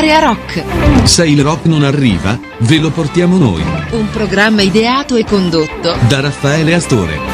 Area Rock. Se il rock non arriva, ve lo portiamo noi. Un programma ideato e condotto da Raffaele Astore.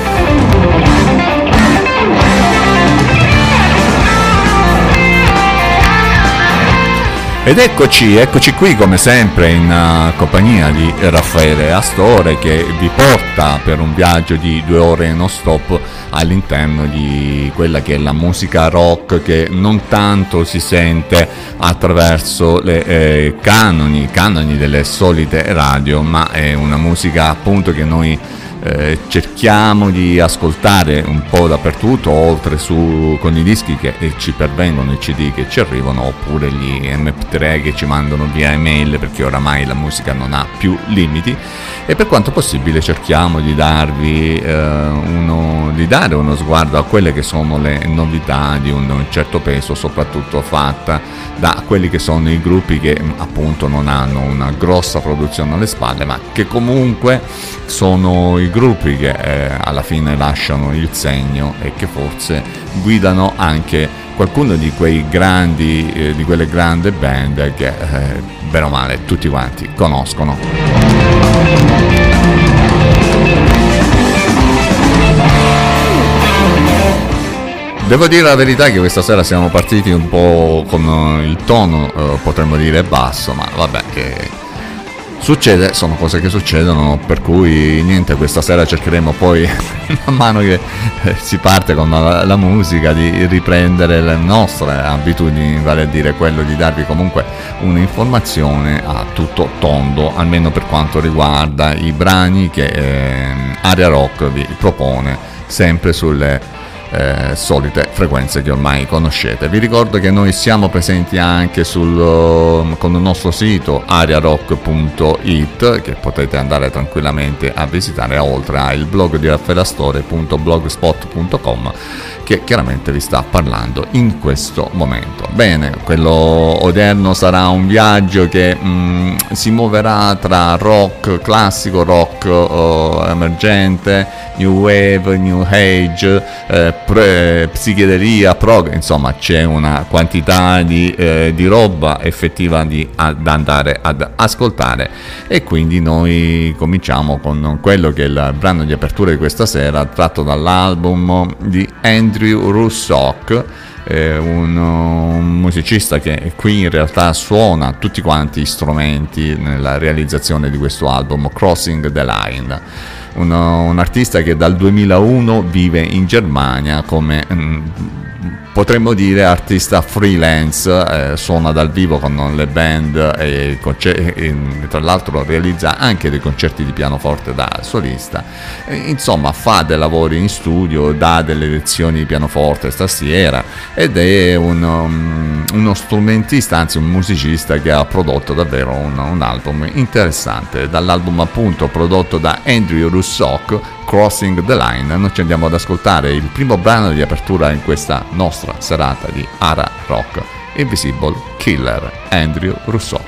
Ed eccoci qui come sempre in compagnia di Raffaele Astore, che vi porta per un viaggio di 2 ore non stop all'interno di quella che è la musica rock, che non tanto si sente attraverso le canoni delle solite radio, ma è una musica appunto che noi cerchiamo di ascoltare un po' dappertutto, oltre con i dischi che ci pervengono, i CD che ci arrivano, oppure gli MP3 che ci mandano via email, perché oramai la musica non ha più limiti, e per quanto possibile cerchiamo di darvi dare uno sguardo a quelle che sono le novità di un certo peso, soprattutto fatta da quelli che sono i gruppi che appunto non hanno una grossa produzione alle spalle, ma che comunque sono i gruppi che alla fine lasciano il segno e che forse guidano anche qualcuno di quei grandi di quelle grandi band che bene o male tutti quanti conoscono. Devo dire la verità che questa sera siamo partiti un po' con il tono potremmo dire basso, ma vabbè, che succede, sono cose che succedono, per cui niente, questa sera cercheremo poi man mano che si parte con la musica di riprendere le nostre abitudini, vale a dire quello di darvi comunque un'informazione a tutto tondo, almeno per quanto riguarda i brani che Area Rock vi propone sempre sulle solite frequenze che ormai conoscete. Vi ricordo che noi siamo presenti anche con il nostro sito arearock.it, che potete andare tranquillamente a visitare, oltre al blog di raffaelastore.blogspot.com, che chiaramente vi sta parlando in questo momento. Bene, quello odierno sarà un viaggio che si muoverà tra rock classico, rock emergente, new wave, new age, psichedelia, prog, insomma c'è una quantità di roba effettiva da andare ad ascoltare, e quindi noi cominciamo con quello che è il brano di apertura di questa sera, tratto dall'album di Andrew Russock, un musicista che qui in realtà suona tutti quanti gli strumenti nella realizzazione di questo album, Crossing the Line. Un artista che dal 2001 vive in Germania come potremmo dire artista freelance, suona dal vivo con le band e tra l'altro realizza anche dei concerti di pianoforte da solista, insomma fa dei lavori in studio, dà delle lezioni di pianoforte, tastiera, ed è uno strumentista, anzi un musicista che ha prodotto davvero un album interessante. Dall'album appunto prodotto da Andrew Russock, Crossing the Line, noi ci andiamo ad ascoltare il primo brano di apertura in questa nostra serata di Area Rock, Invisible Killer, Andrew Russock.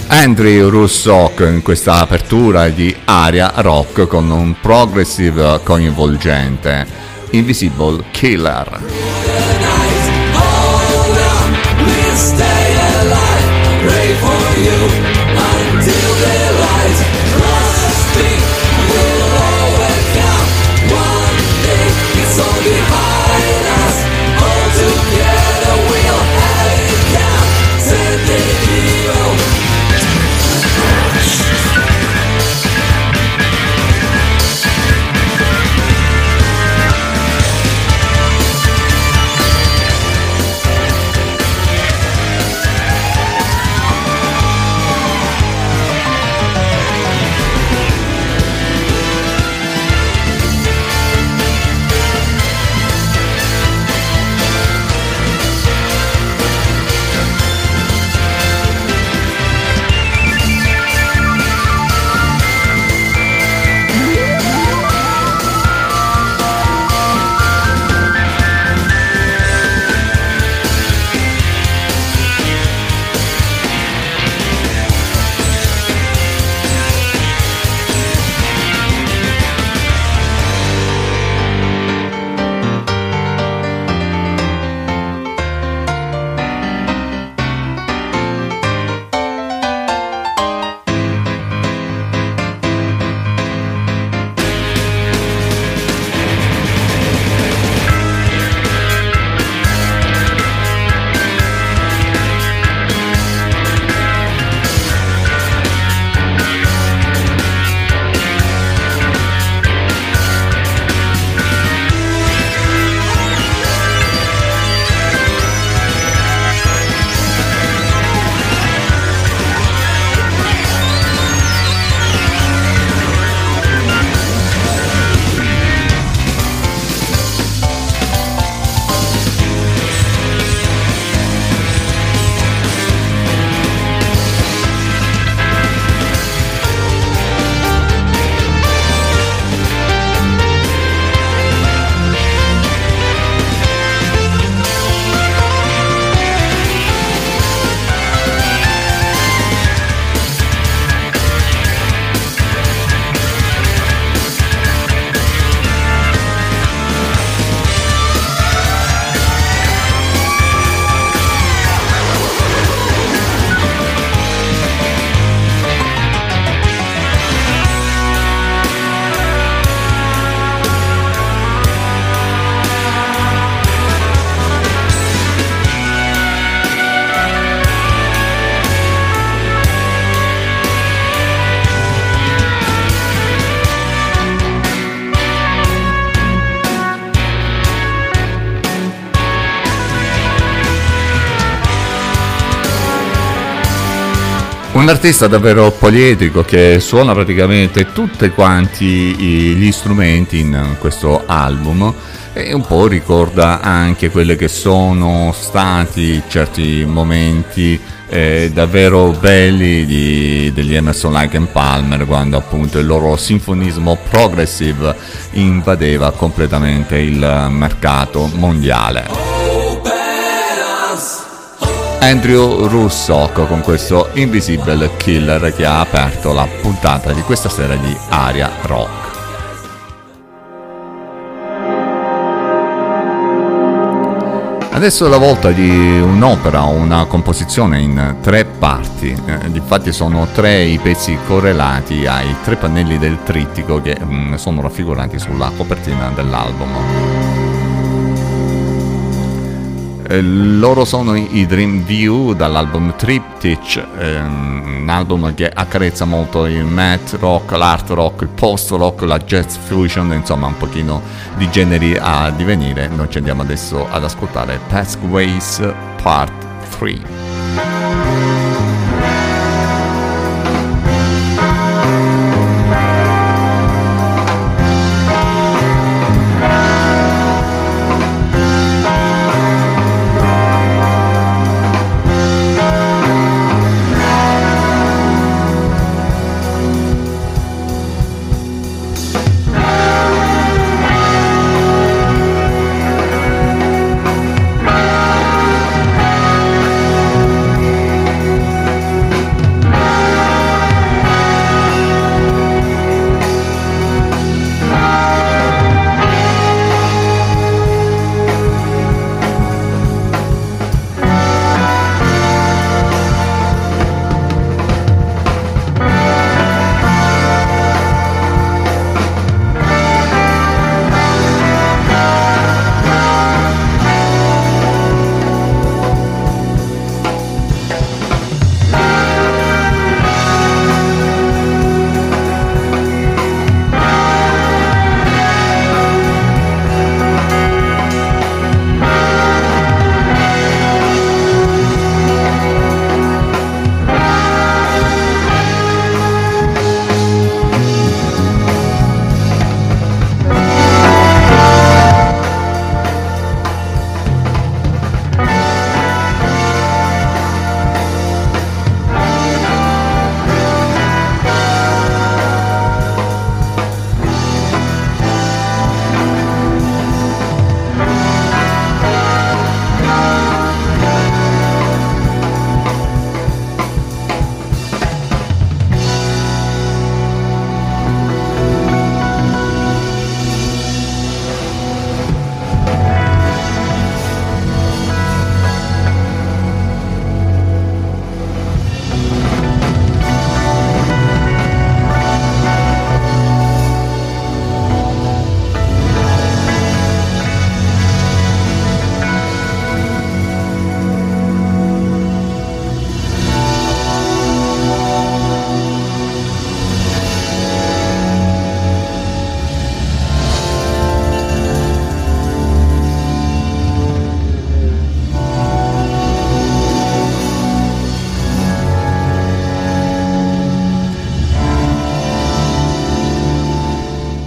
Andrew Russock in questa apertura di Aria Rock con un progressive coinvolgente, Invisible Killer. Un artista davvero poliedrico che suona praticamente tutti quanti gli strumenti in questo album e un po' ricorda anche quelli che sono stati certi momenti davvero belli degli Emerson, Lake and Palmer, quando appunto il loro sinfonismo progressive invadeva completamente il mercato mondiale. Andrew Russock con questo Invisible Killer che ha aperto la puntata di questa sera di Aria Rock. Adesso è la volta di un'opera, una composizione in 3 parti, difatti sono 3 i pezzi correlati ai 3 pannelli del trittico che sono raffigurati sulla copertina dell'album. Loro sono i Dream View dall'album Triptych, un album che accarezza molto il math rock, l'art rock, il post rock, la jazz fusion, insomma un pochino di generi a divenire. Noi ci andiamo adesso ad ascoltare Pathways Part 3.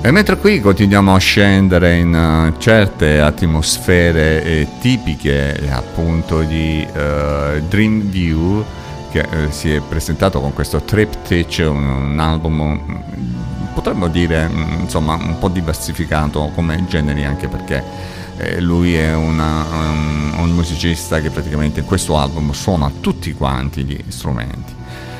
E mentre qui continuiamo a scendere in certe atmosfere tipiche appunto di Dream View, che si è presentato con questo Triptych, un album potremmo dire insomma un po' diversificato come generi, anche perché lui è un musicista che praticamente in questo album suona tutti quanti gli strumenti.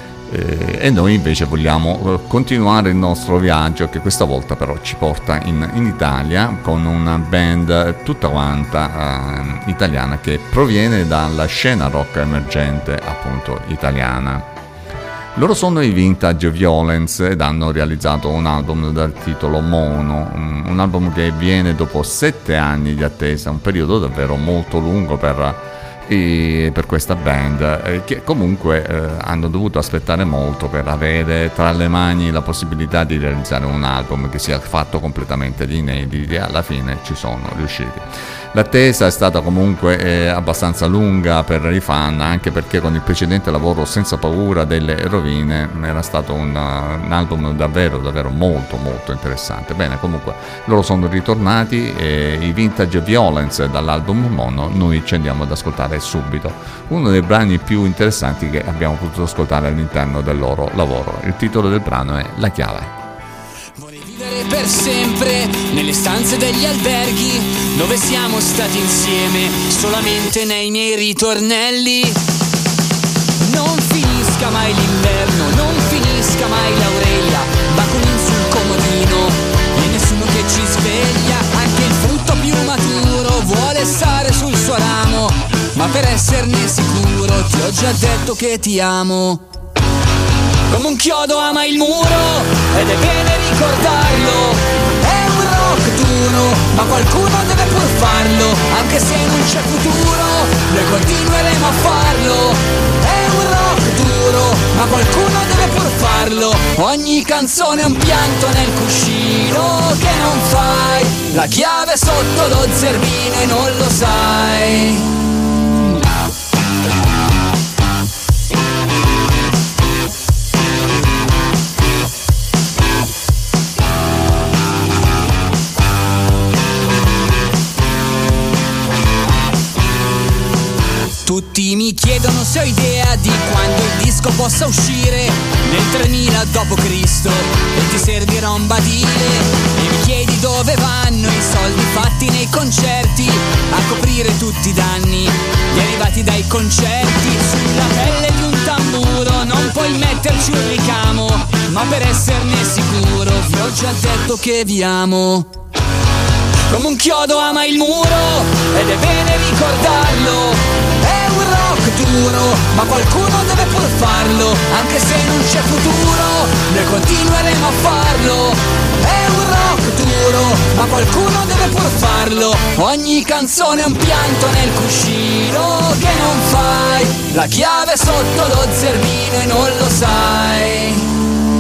E noi invece vogliamo continuare il nostro viaggio, che questa volta però ci porta in Italia, con una band tutta quanta italiana, che proviene dalla scena rock emergente appunto italiana. Loro sono i Vintage Violence ed hanno realizzato un album dal titolo Mono, un album che viene dopo 7 anni di attesa, un periodo davvero molto lungo per questa band, che comunque hanno dovuto aspettare molto per avere tra le mani la possibilità di realizzare un album che sia fatto completamente di inediti, e alla fine ci sono riusciti. L'attesa è stata comunque abbastanza lunga per i fan, anche perché con il precedente lavoro Senza paura delle rovine era stato un album davvero molto molto interessante. Bene, comunque loro sono ritornati, i Vintage Violence dall'album Mono. Noi ci andiamo ad ascoltare subito uno dei brani più interessanti che abbiamo potuto ascoltare all'interno del loro lavoro. Il titolo del brano è La chiave. Per sempre nelle stanze degli alberghi dove siamo stati insieme solamente nei miei ritornelli. Non finisca mai l'inverno, non finisca mai l'Aurelia, baculin sul comodino e nessuno che ci sveglia. Anche il frutto più maturo vuole stare sul suo ramo, ma per esserne sicuro ti ho già detto che ti amo. Come un chiodo ama il muro ed è bene ricordarlo. È un rock duro, ma qualcuno deve pur farlo. Anche se non c'è futuro, noi continueremo a farlo. È un rock duro, ma qualcuno deve pur farlo. Ogni canzone è un pianto nel cuscino che non fai. La chiave sotto lo zerbino e non lo sai. Tutti mi chiedono se ho idea di quando il disco possa uscire, nel 3000 d.C. e ti servirò un badile. E mi chiedi dove vanno i soldi fatti nei concerti a coprire tutti i danni gli arrivati dai concerti. Sulla pelle di un tamburo non puoi metterci un ricamo, ma per esserne sicuro vi ho già detto che vi amo. Come un chiodo ama il muro ed è bene ricordarlo. È un rock duro, ma qualcuno deve pur farlo. Anche se non c'è futuro, noi continueremo a farlo. È un rock duro, ma qualcuno deve pur farlo. Ogni canzone è un pianto nel cuscino che non fai. La chiave sotto lo zerbino e non lo sai.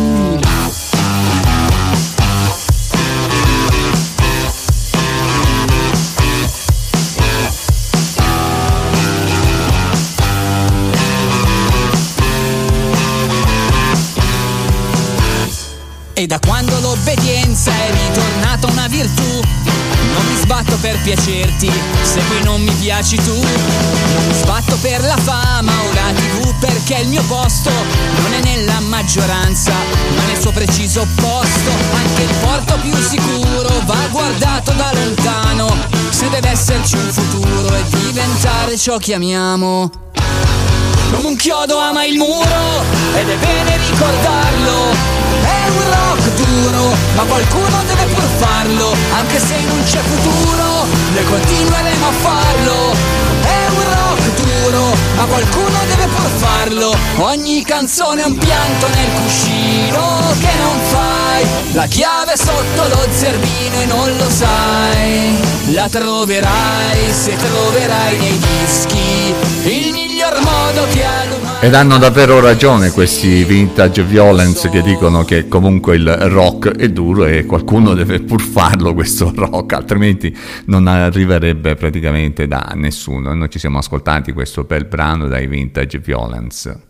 E da quando l'obbedienza è ritornata una virtù, non mi sbatto per piacerti se poi non mi piaci tu. Non mi sbatto per la fama o la TV, perché il mio posto non è nella maggioranza ma nel suo preciso opposto. Anche il porto più sicuro va guardato da lontano, se deve esserci un futuro e diventare ciò che amiamo. Come un chiodo ama il muro ed è bene ricordarlo. È un rock duro, ma qualcuno deve pur farlo. Anche se non c'è futuro, noi continueremo a farlo. È un rock duro, ma qualcuno deve pur farlo. Ogni canzone è un pianto nel cuscino che non fai. La chiave sotto lo zerbino e non lo sai. La troverai se troverai nei dischi il miglior modo che ha l'umano. Ed hanno davvero ragione questi Vintage Violence che dicono che comunque il rock è duro e qualcuno deve pur farlo, questo rock, altrimenti non arriverebbe praticamente da nessuno. Noi ci siamo ascoltati questo bel brano dai Vintage Violence.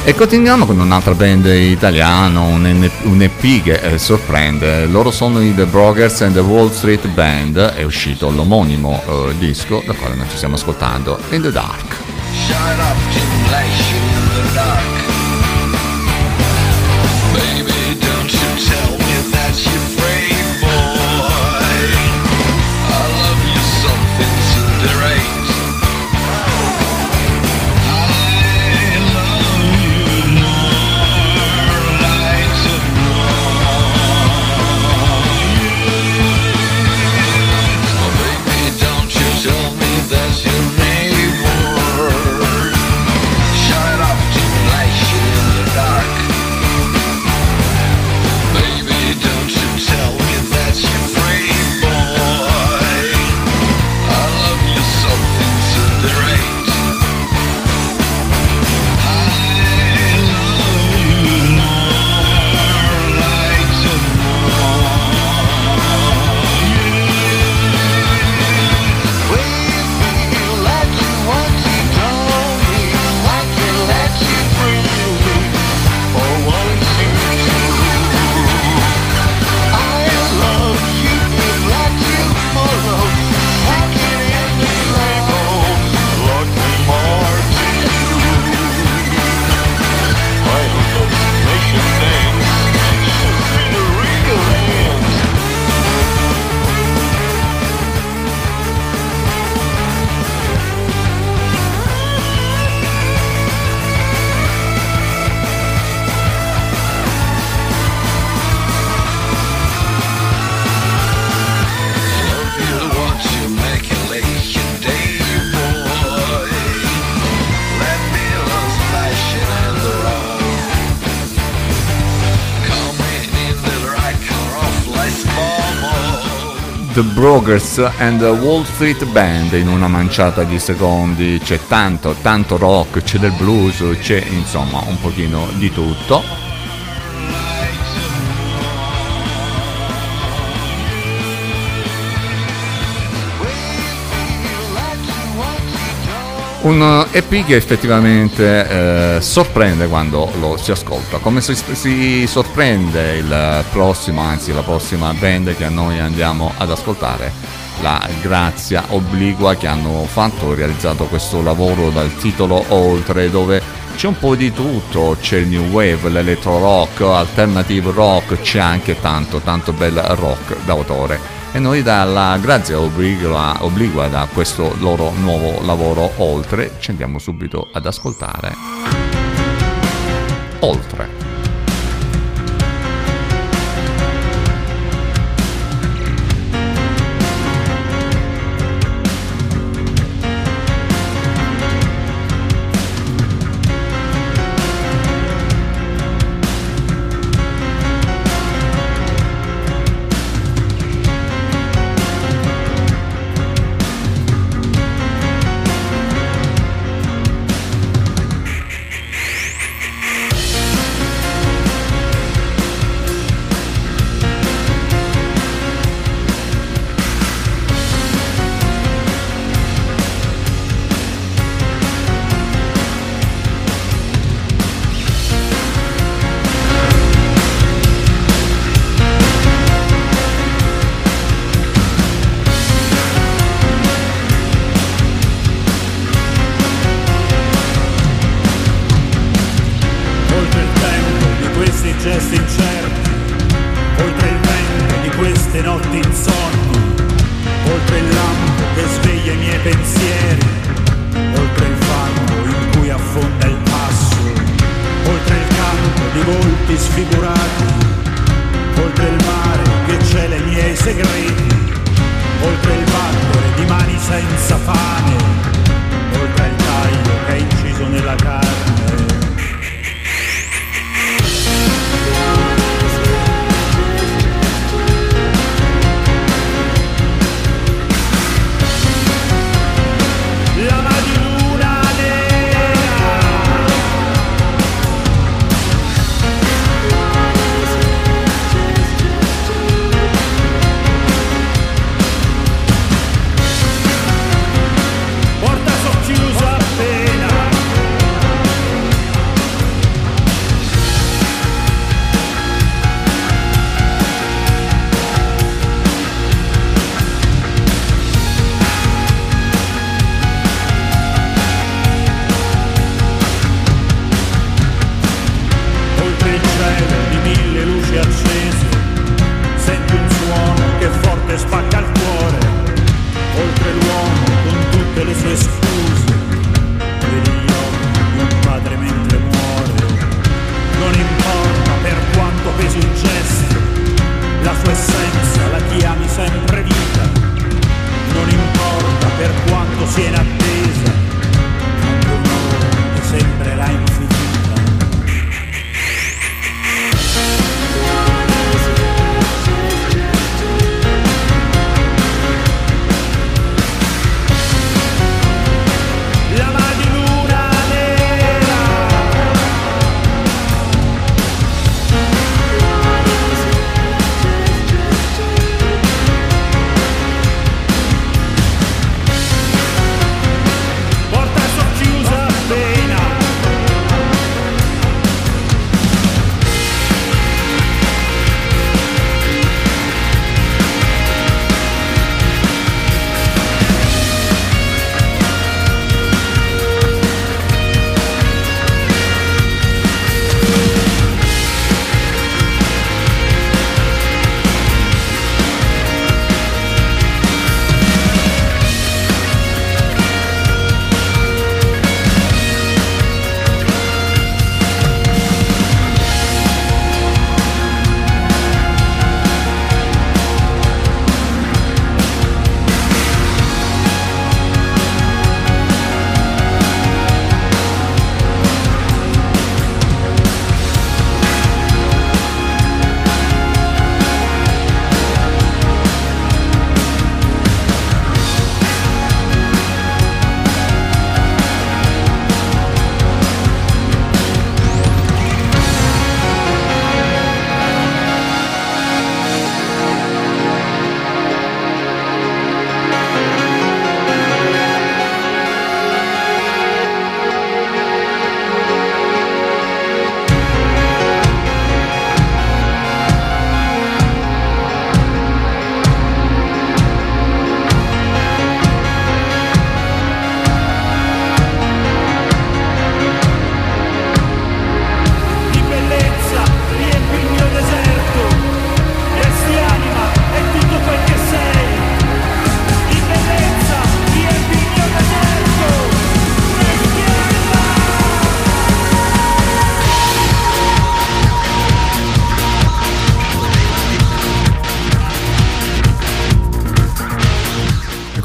E continuiamo con un'altra band italiana, un EP che sorprende. Loro sono i The Brokers and the Wall Street Band. È uscito l'omonimo disco da quale noi ci stiamo ascoltando, In the Dark. Shut up, stimulation in the dark. Baby, don't you tell me that you're free, boy. I love you something cinderate. I love you more like oh, baby, don't you tell me that you're neighbor. Shut up, stimulation in the dark. Baby, don't you tell me that you're free, boy. I love you something cinderate. I love you more like tomorrow. When you feel like you want to know me, I can let you through me, or want you to. I love you, feel like tomorrow. I can end the label, lock me more to you. I love making things, in the real hands. Love you to watch you make a late day, boy. Let me love passion and the road. Coming in the right car off like small. The Brokers and the Wall Street Band in una manciata di secondi. C'è tanto rock, c'è del blues, c'è insomma un pochino di tutto. Un EP che effettivamente sorprende quando lo si ascolta, come si sorprende il prossimo, anzi la prossima band che noi andiamo ad ascoltare, la Grazia Obligua, che hanno fatto e realizzato questo lavoro dal titolo Oltre, dove c'è un po' di tutto, c'è il new wave, l'electro rock, alternative rock, c'è anche tanto bel rock d'autore. E noi dalla Grazia Obligua, da questo loro nuovo lavoro Oltre, ci andiamo subito ad ascoltare Oltre. gesti incerti, oltre il vento di queste notti insonni, oltre il lampo che sveglia i miei pensieri, oltre il fango in cui affonda il passo, oltre il canto di volti sfigurati, oltre il mare che cela i miei segreti, oltre il battere di mani senza fame, oltre il taglio che è inciso nella carne.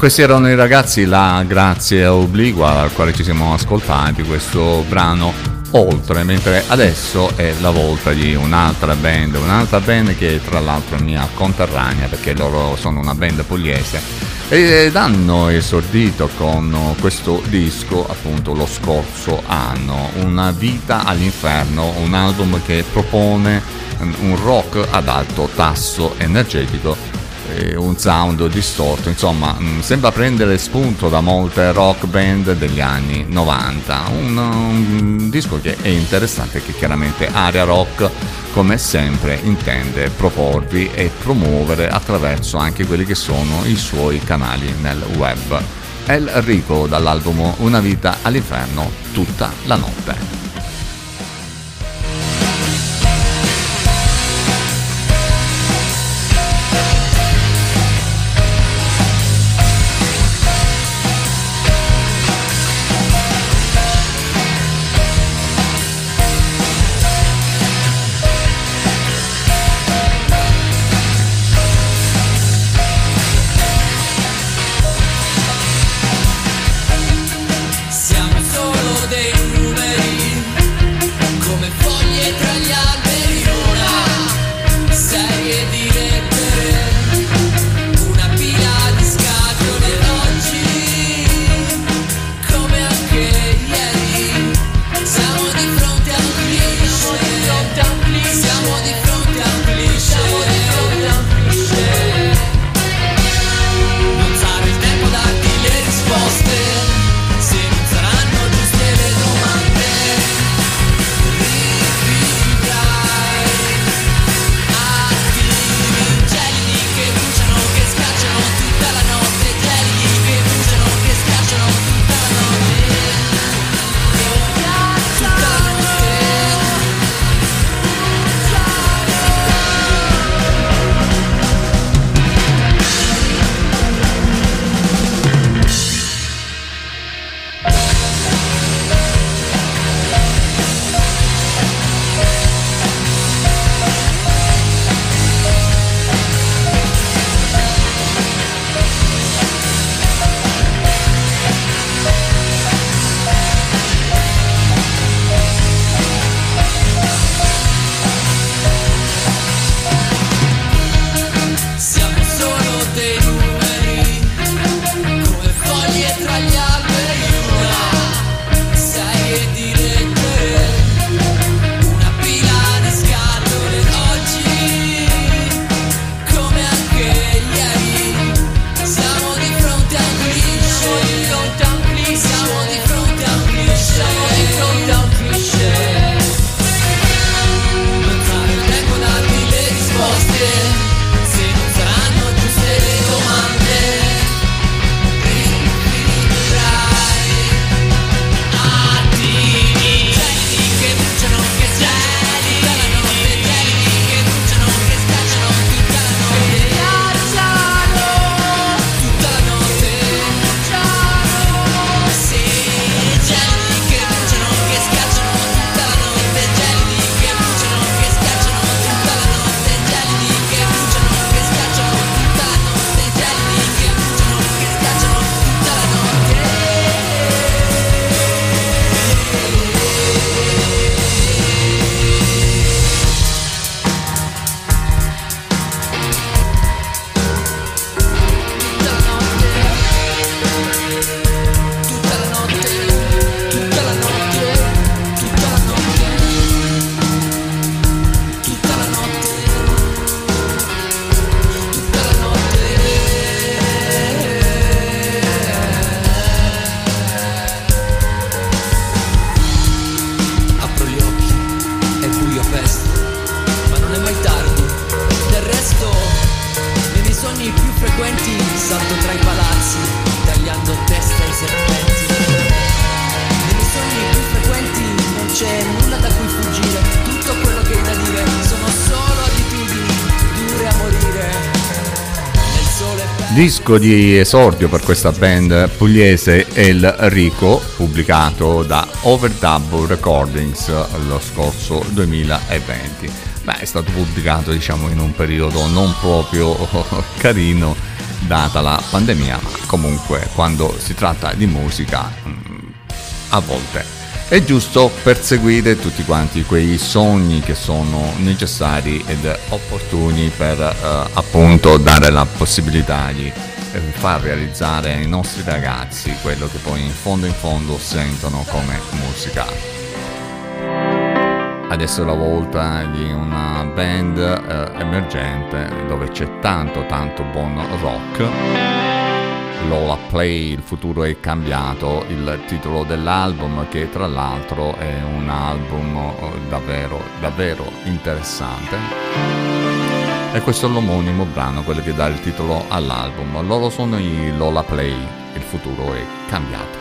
Questi erano i ragazzi, la Grazia Obligua, al quale ci siamo ascoltati questo brano Oltre, mentre adesso è la volta di un'altra band che tra l'altro è mia conterranea, perché loro sono una band pugliese ed hanno esordito con questo disco appunto lo scorso anno, Una vita all'inferno, un album che propone un rock ad alto tasso energetico, un sound distorto, insomma sembra prendere spunto da molte rock band degli anni 90, un disco che è interessante, che chiaramente Aria Rock come sempre intende proporvi e promuovere attraverso anche quelli che sono i suoi canali nel web. El Rico, dall'album Una vita all'inferno, tutta la notte. Siamo solo dei numeri, come foglie tra gli alberi, una serie di lettere, una pila di scatole oggi, come anche ieri. Siamo di fronte a un cliché, siamo di fronte a un cliché. Non sarà il tempo darti le risposte, se non saranno giuste le domande. Rivivrai attimi, gelidi che bruciano, che scacciano tutta la notte, gelidi che bruciano, che scacciano tutta la notte. Tutta la notte. Siamo solo dei numeri, come foglie tra gli alberi, una serie di lettere, una pila di scatole oggi, come anche ieri. Siamo di fronte a un cliché, siamo di fronte a un cliché. Non sarà il tempo darti le risposte, se non saranno giuste le domande. Rivivrai attimi, gelidi che bruciano, che scacciano tutta la notte, gelidi che bruciano, che scacciano tutta la notte. Tutta la notte. Sì, gelidi che bruciano, che scacciano tutta la notte, gelidi che bruciano, che scacciano tutta la notte, gelidi che bruciano, che scacciano tutta la notte, gelidi che bruciano, che scacciano tutta la notte. Tutta la notte, tutta la notte, tutta la notte, tutta la notte, tutta la notte. Apro gli occhi, è buio pesto, ma non è mai tardi. Del resto, nei miei sogni più frequenti salto tra i palazzi, tagliando testa ai serpenti. Nei miei sogni più frequenti non c'è nulla da cui fuggire, tutto quello che hai da dire sono solo abitudini, dure a morire. Nel sole Disco di esordio per questa band pugliese, El Rico, pubblicato da Overdub Recordings lo scorso 2020. Beh, è stato pubblicato diciamo in un periodo non proprio carino data la pandemia, ma comunque quando si tratta di musica a volte è giusto perseguire tutti quanti quei sogni che sono necessari ed opportuni per appunto dare la possibilità di far realizzare ai nostri ragazzi quello che poi in fondo sentono come musica. Adesso è la volta di una band emergente dove c'è tanto buon rock. Lola Play, il futuro è cambiato, il titolo dell'album, che tra l'altro è un album davvero interessante. E questo è l'omonimo brano, quello che dà il titolo all'album. Loro sono i Lola Play, il futuro è cambiato.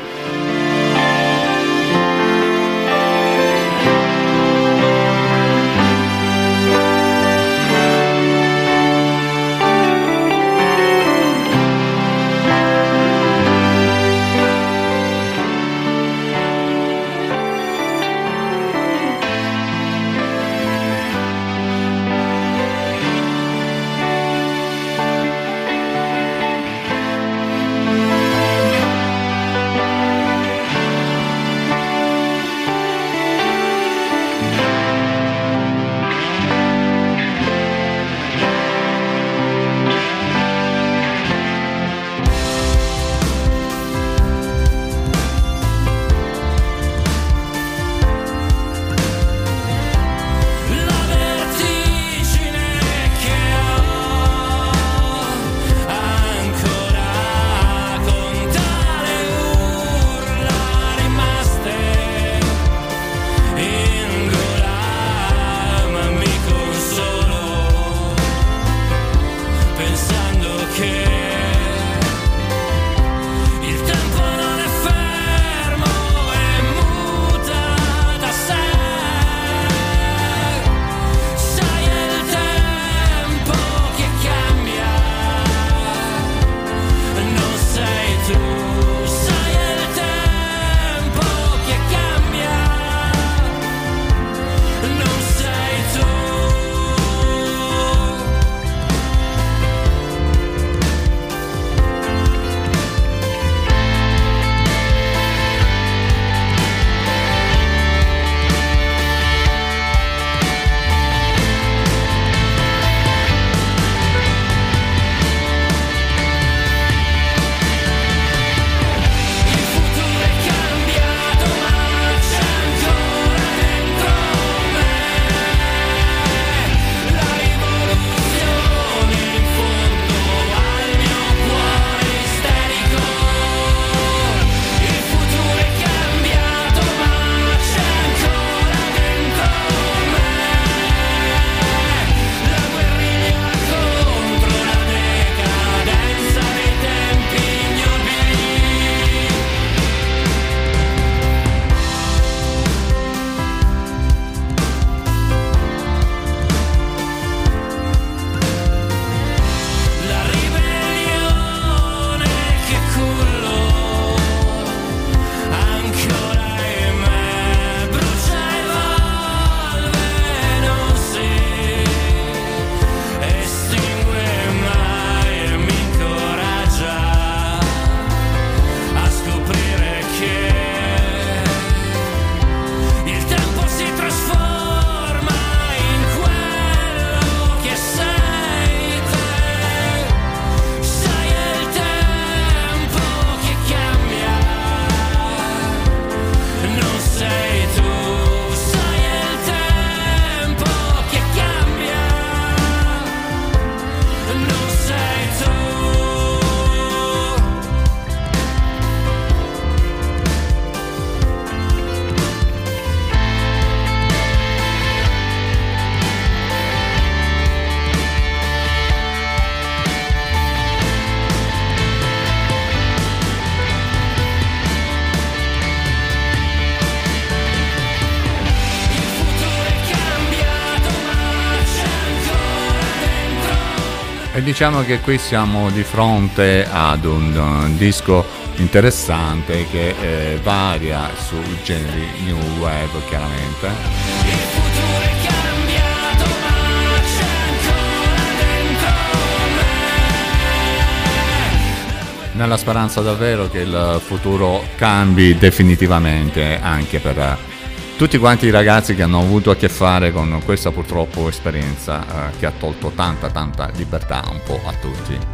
E diciamo che qui siamo di fronte ad un disco interessante che varia su generi new wave, chiaramente. Il futuro è cambiato, ma c'è ancora dentro me. nella speranza davvero che il futuro cambi definitivamente anche per tutti quanti i ragazzi che hanno avuto a che fare con questa purtroppo esperienza che ha tolto tanta libertà un po' a tutti.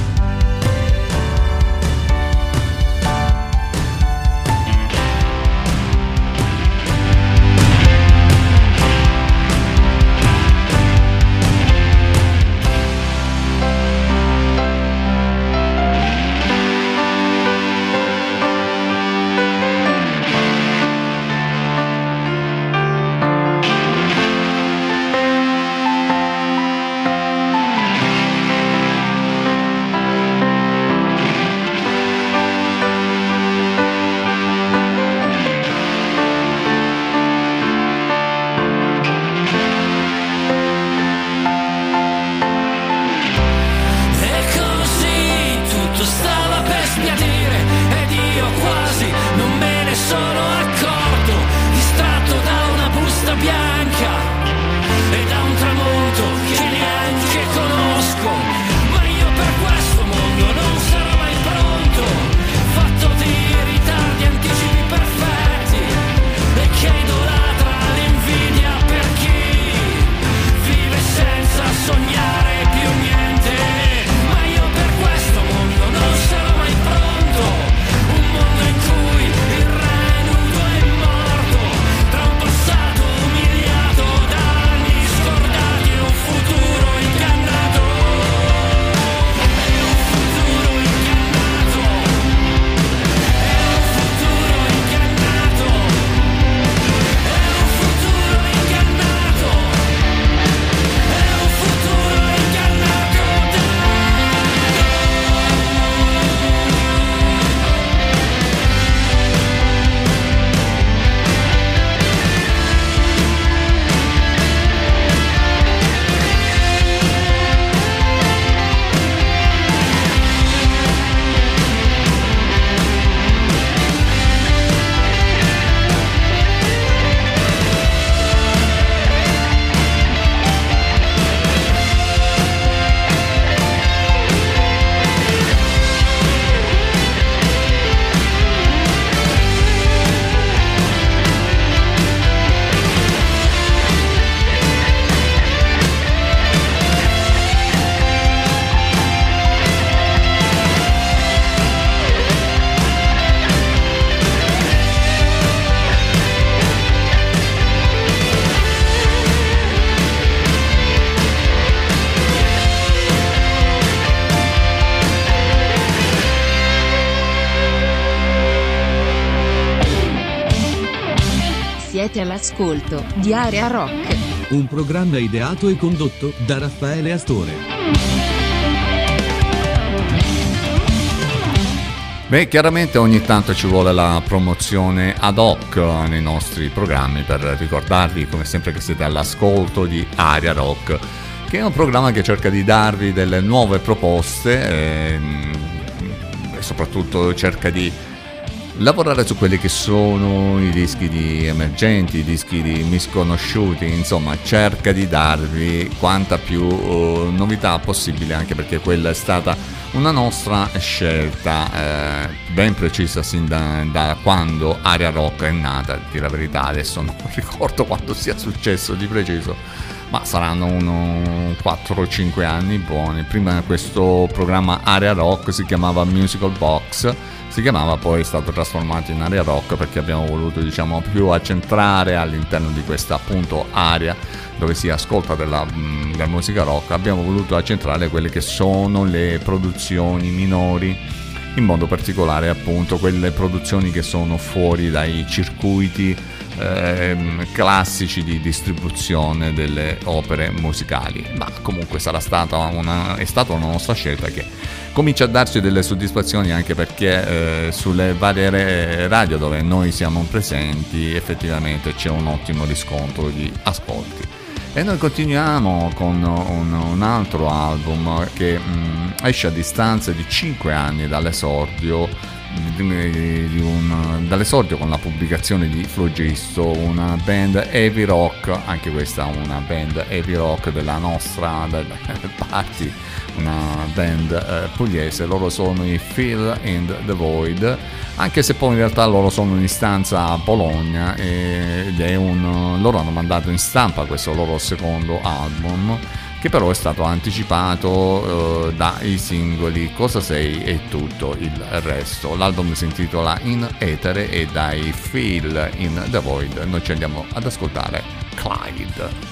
Siete all'ascolto di Area Rock. Un programma ideato e condotto da Raffaele Astore. Beh, chiaramente ogni tanto ci vuole la promozione ad hoc nei nostri programmi per ricordarvi, come sempre, che siete all'ascolto di Area Rock, che è un programma che cerca di darvi delle nuove proposte e soprattutto cerca di lavorare su quelli che sono i dischi di emergenti, i dischi di misconosciuti, insomma cerca di darvi quanta più novità possibile, anche perché quella è stata una nostra scelta ben precisa sin da quando Area Rock è nata. A dire la verità adesso non ricordo quanto sia successo di preciso, ma saranno 4-5 anni buoni. Prima questo programma Area Rock si chiamava Musical Box, poi è stato trasformato in Area Rock perché abbiamo voluto, diciamo, più accentrare all'interno di questa appunto area dove si ascolta della musica rock. Abbiamo voluto accentrare quelle che sono le produzioni minori, in modo particolare appunto quelle produzioni che sono fuori dai circuiti classici di distribuzione delle opere musicali. Ma comunque è stata una nostra scelta che comincia a darci delle soddisfazioni, anche perché sulle varie radio dove noi siamo presenti effettivamente c'è un ottimo riscontro di ascolti. E noi continuiamo con un altro album che esce a distanza di 5 anni dall'esordio dall'esordio con la pubblicazione di Flogisto, una band heavy rock, anche questa una band heavy rock della nostra party, una band pugliese. Loro sono i Fill in the Void, anche se poi in realtà loro sono in stanza a Bologna ed è loro hanno mandato in stampa questo loro secondo album, che però è stato anticipato dai singoli Cosa sei e tutto il resto. L'album si intitola In Etere e dai Fill in the Void noi ci andiamo ad ascoltare Clyde.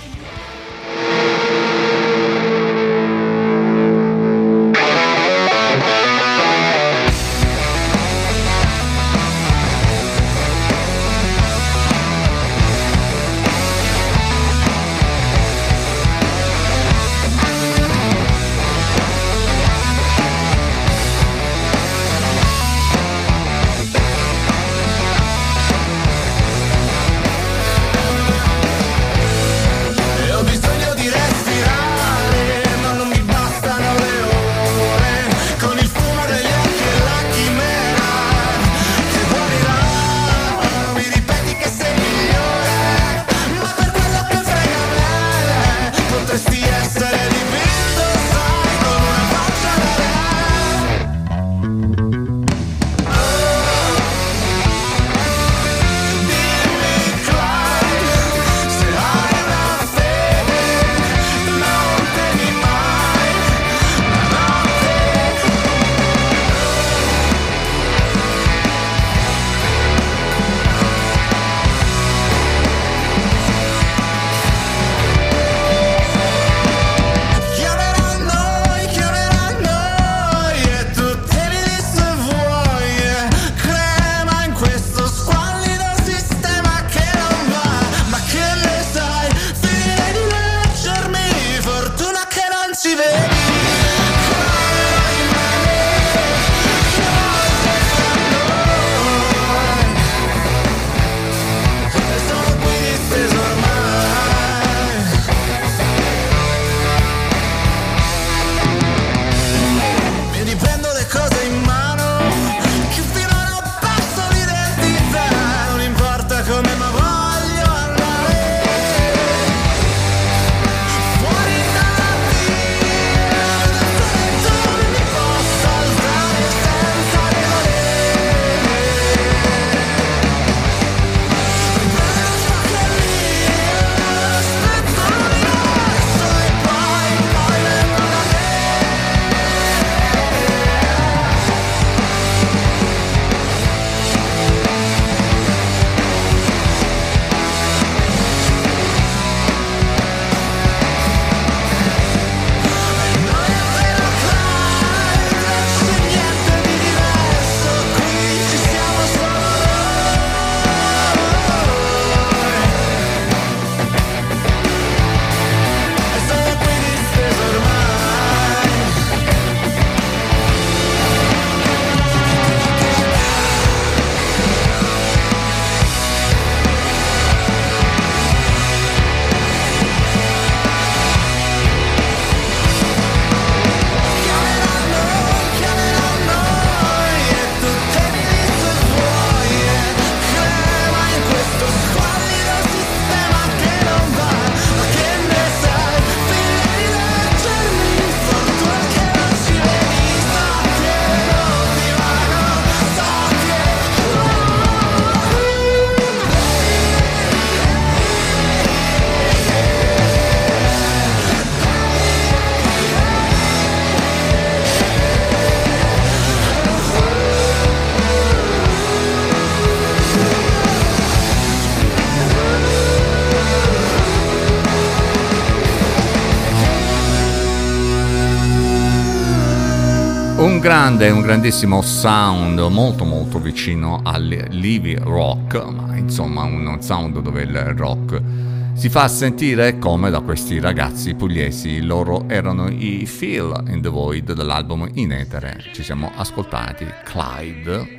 Un grandissimo sound molto molto vicino all'heavy rock, ma insomma un sound dove il rock si fa sentire come da questi ragazzi pugliesi. Loro erano i Fill in the Void dell'album In Etere. Ci siamo ascoltati Clyde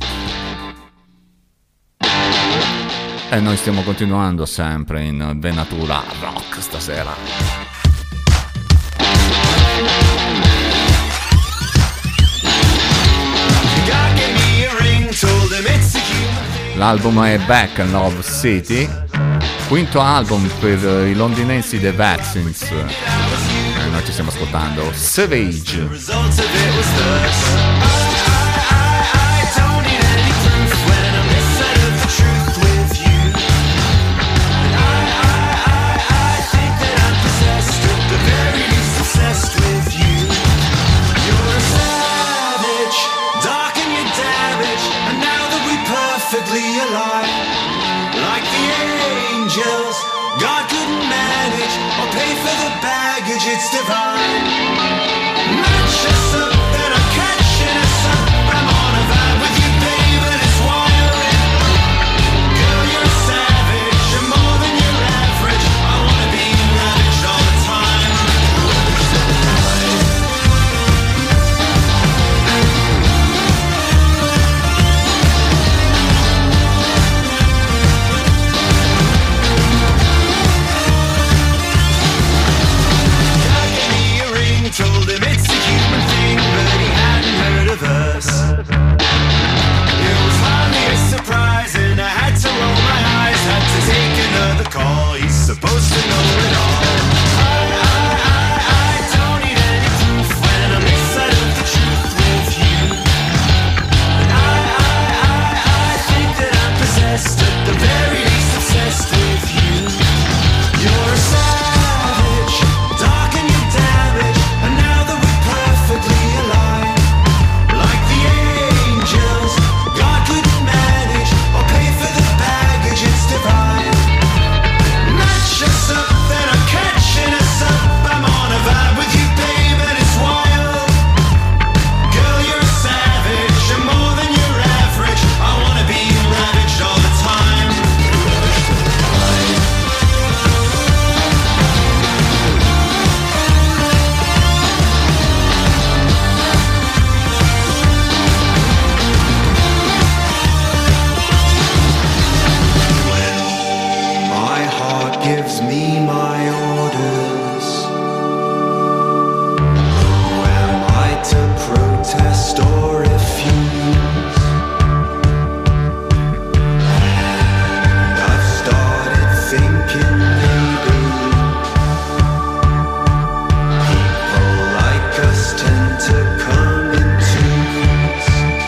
e noi stiamo continuando sempre in venatura rock stasera. God gave me a L'album è Back in Love City, quinto album per i londinesi The Vaccines. Noi ci stiamo ascoltando Savage. It's divine. Match us up, then I'm catching us up. I'm on a vibe with you, babe, and it's wild. Girl, you're a savage, you're more than your average. I wanna be ravaged all the time. Told him it's a human thing, but he hadn't heard of us. It was hardly a surprise, and I had to roll my eyes, had to take another call. He's supposed to know it all. I don't need any proof when I'm inside of the truth with you. And I think that I'm possessed, at the very least obsessed with you. You're a savage, dark and you damage. Perfectly alive, like the angels. God couldn't manage or pay for the baggage. It's divine. Match us up, then I'm catching us up. I'm on a vibe with you, babe, and it's wild. Girl, you're a savage, you're more than your average. I wanna be ravaged all the time. Gives me my orders. Who am I to protest or refuse? And I've started thinking maybe people like us tend to come in twos.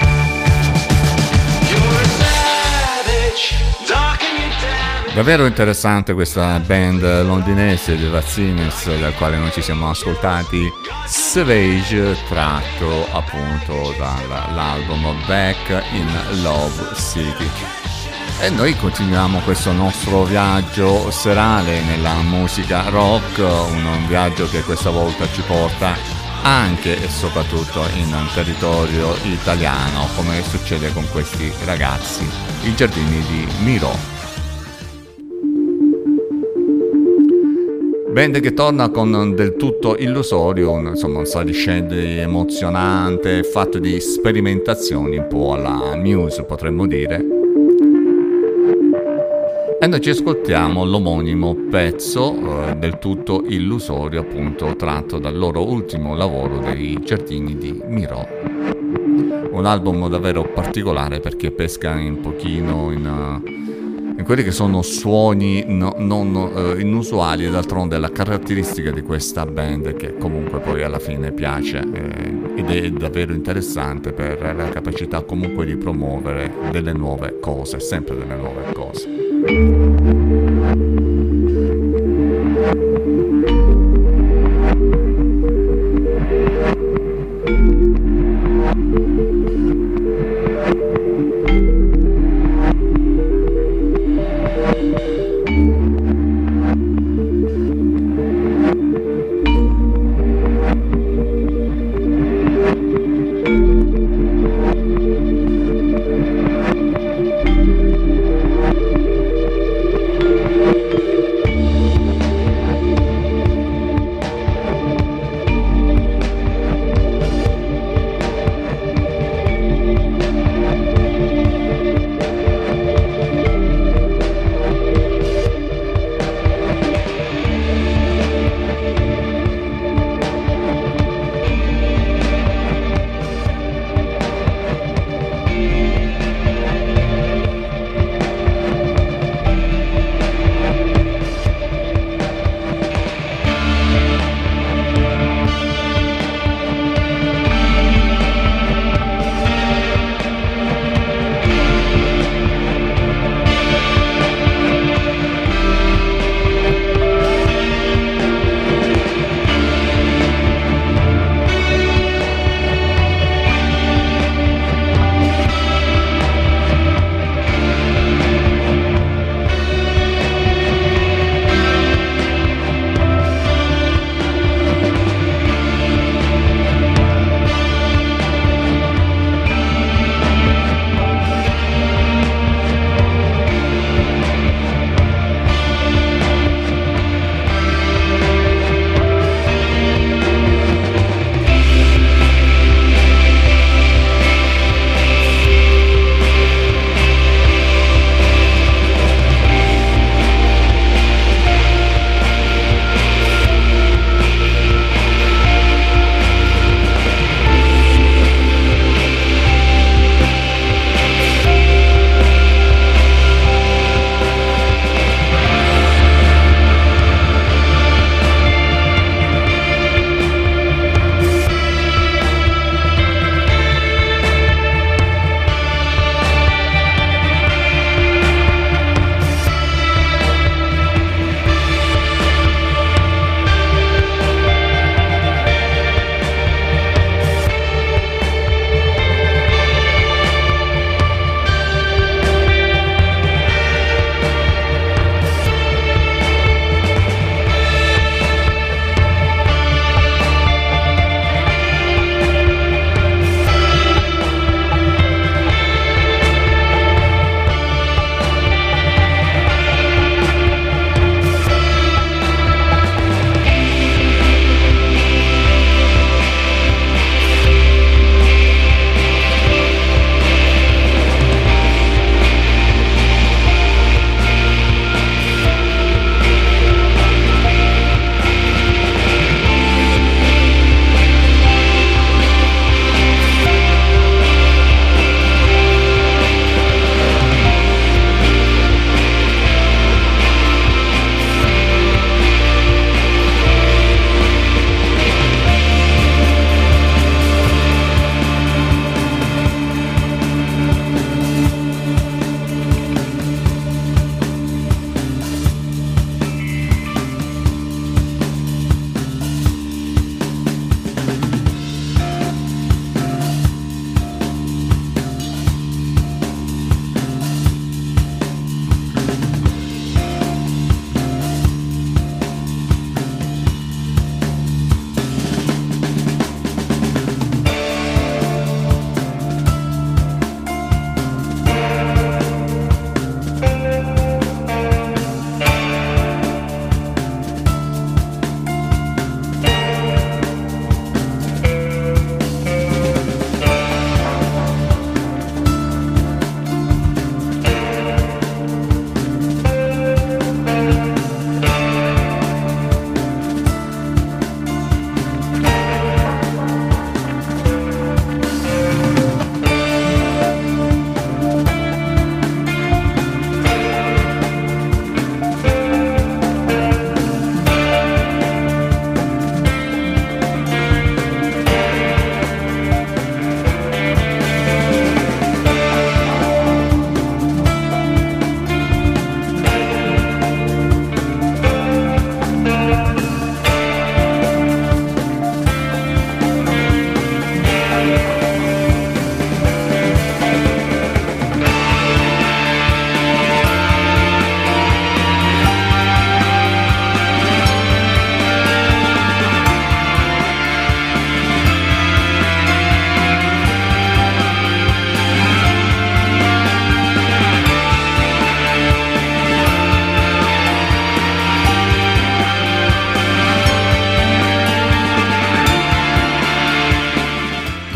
You're a savage, dark and you damn. Davvero interessante questa band londinese di Vaccines, dal quale noi ci siamo ascoltati Savage, tratto appunto dall'album Back in Love City. E noi continuiamo questo nostro viaggio serale nella musica rock, un viaggio che questa volta ci porta anche e soprattutto in territorio italiano, come succede con questi ragazzi, i Giardini di Miro. Band che torna con Del tutto illusorio, insomma un saliscendi emozionante, fatto di sperimentazioni un po' alla Muse, potremmo dire. E noi ci ascoltiamo l'omonimo pezzo, Del tutto illusorio, appunto tratto dal loro ultimo lavoro, dei Giardini di Miro. Un album davvero particolare perché pesca un pochino in quelli che sono suoni non inusuali, e d'altronde la caratteristica di questa band che comunque poi alla fine piace ed è davvero interessante per la capacità comunque di promuovere delle nuove cose, sempre delle nuove cose.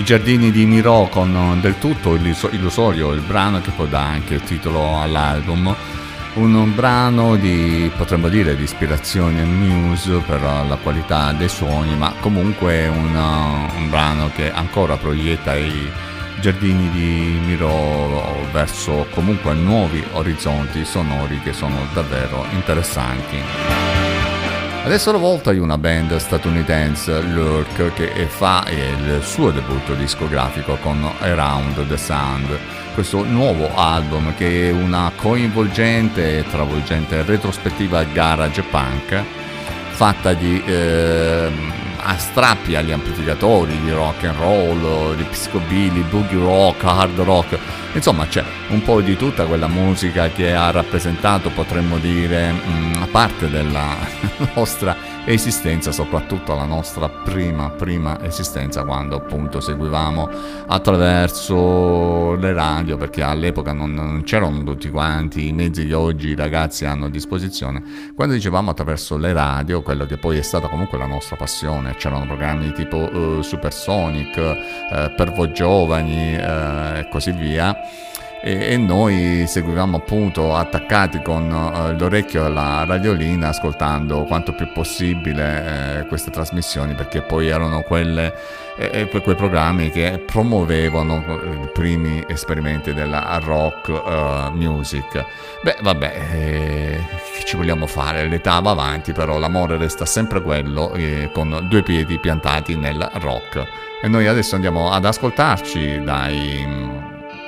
Giardini di Miro con Del tutto illusorio, il brano che poi dà anche il titolo all'album. Un brano di, potremmo dire, di ispirazione Muse per la qualità dei suoni, ma comunque un brano che ancora proietta i Giardini di Miro verso comunque nuovi orizzonti sonori che sono davvero interessanti. Adesso è la volta di una band statunitense, Lurk, che fa il suo debutto discografico con Around the Sound, questo nuovo album che è una coinvolgente e travolgente retrospettiva garage punk fatta di a strappi agli amplificatori, di rock and roll, di psicobilly, boogie rock, hard rock, insomma c'è un po' di tutta quella musica che ha rappresentato, potremmo dire, a parte della nostra esistenza, soprattutto la nostra prima esistenza, quando appunto seguivamo attraverso le radio, perché all'epoca non c'erano tutti quanti i mezzi che oggi i ragazzi hanno a disposizione. Quando dicevamo attraverso le radio, quello che poi è stata comunque la nostra passione, c'erano programmi tipo Supersonic, per voi giovani e così via, e noi seguivamo appunto attaccati con l'orecchio alla radiolina, ascoltando quanto più possibile queste trasmissioni, perché poi erano quei programmi che promuovevano i primi esperimenti della rock music. Beh, vabbè, che ci vogliamo fare? L'età va avanti, però l'amore resta sempre quello, con due piedi piantati nel rock. E noi adesso andiamo ad ascoltarci dai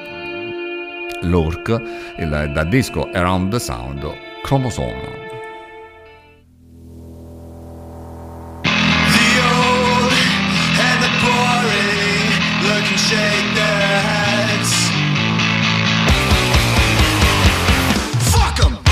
Lurk, dal disco Around the Sound, Cromosome. The old and the boring look and shake their heads. Fuck 'em!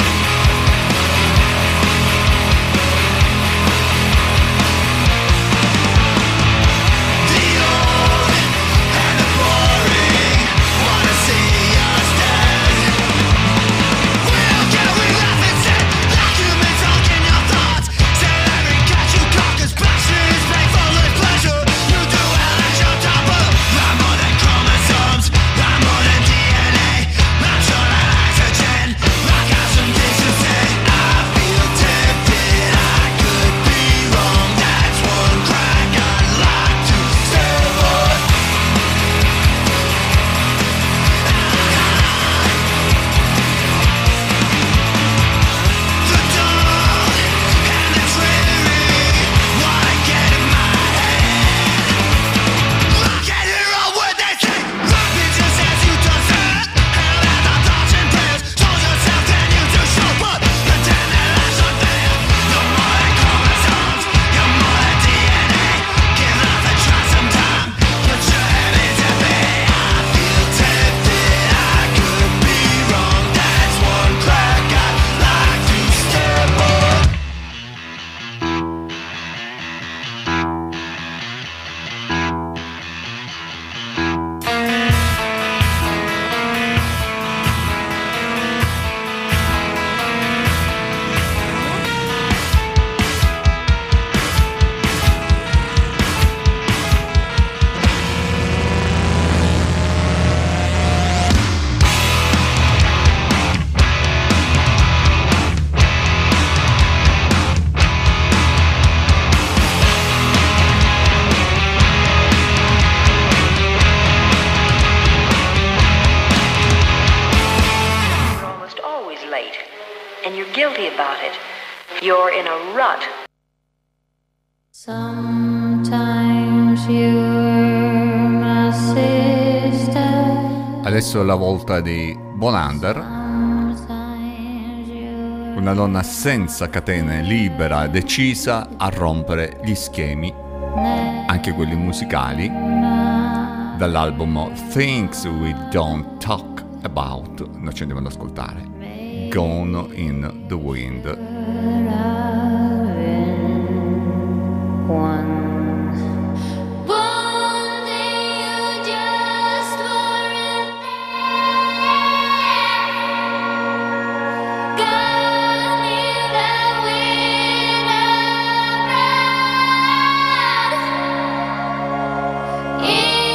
The old and the boring wanna see us dead. We'll get we laugh instead, like human talk in your thoughts. Say every cat you cock is passion is painful is pleasure. You do well as your topper. I'm more than chromosomes, I'm more than DNA. I'm sure that oxygen, I got some things to say. I feel tempted, I could be wrong. That's one crack I'd like to stare on. The dull and the dreary, what I get in my head. Look at it all what they say. Rock me just as you deserve. Hell at the thoughts and prayers. Told yourself then you do show, but pretend that life's unfair. You're more than chromosomes, you're more than DNA. Give life a try sometime. Put your head into me. I feel tempted, I could be wrong. That's one crack I'd like to step on. You're almost always late, and you're guilty about it. You're in a rut. Sometimes you're my sister. Adesso è la volta di Bolander, Sometimes you're una donna senza catene, libera, decisa a rompere gli schemi, anche quelli musicali, dall'album Things We Don't Talk About. Noi ci andiamo ad ascoltare Gone in the Wind. one. One day you just weren't there. Gone in the wind of blood. In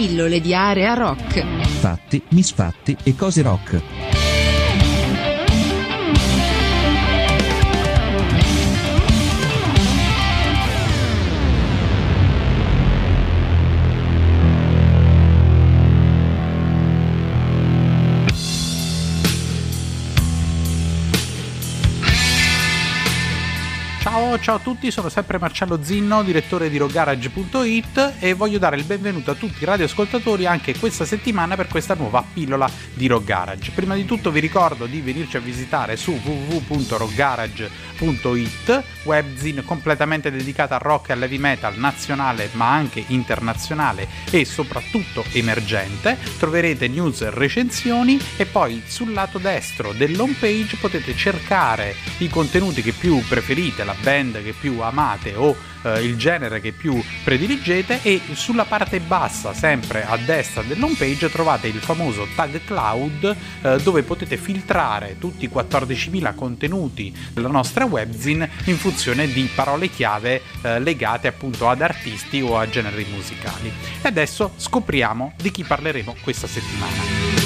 Pillole di Area Rock. Fatti, misfatti e cose rock. Ciao a tutti, sono sempre Marcello Zinno, direttore di rockgarage.it e voglio dare il benvenuto a tutti i radioascoltatori anche questa settimana per questa nuova pillola di Rock Garage. Prima di tutto vi ricordo di venirci a visitare su www.rockgarage.it, webzine completamente dedicata al rock e al heavy metal nazionale ma anche internazionale e soprattutto emergente. Troverete news e recensioni e poi sul lato destro dell'home page potete cercare i contenuti che più preferite, la band che più amate o il genere che più prediligete, e sulla parte bassa, sempre a destra dell'home page, trovate il famoso tag cloud dove potete filtrare tutti i 14.000 contenuti della nostra webzine in funzione di parole chiave legate appunto ad artisti o a generi musicali. E adesso scopriamo di chi parleremo questa settimana.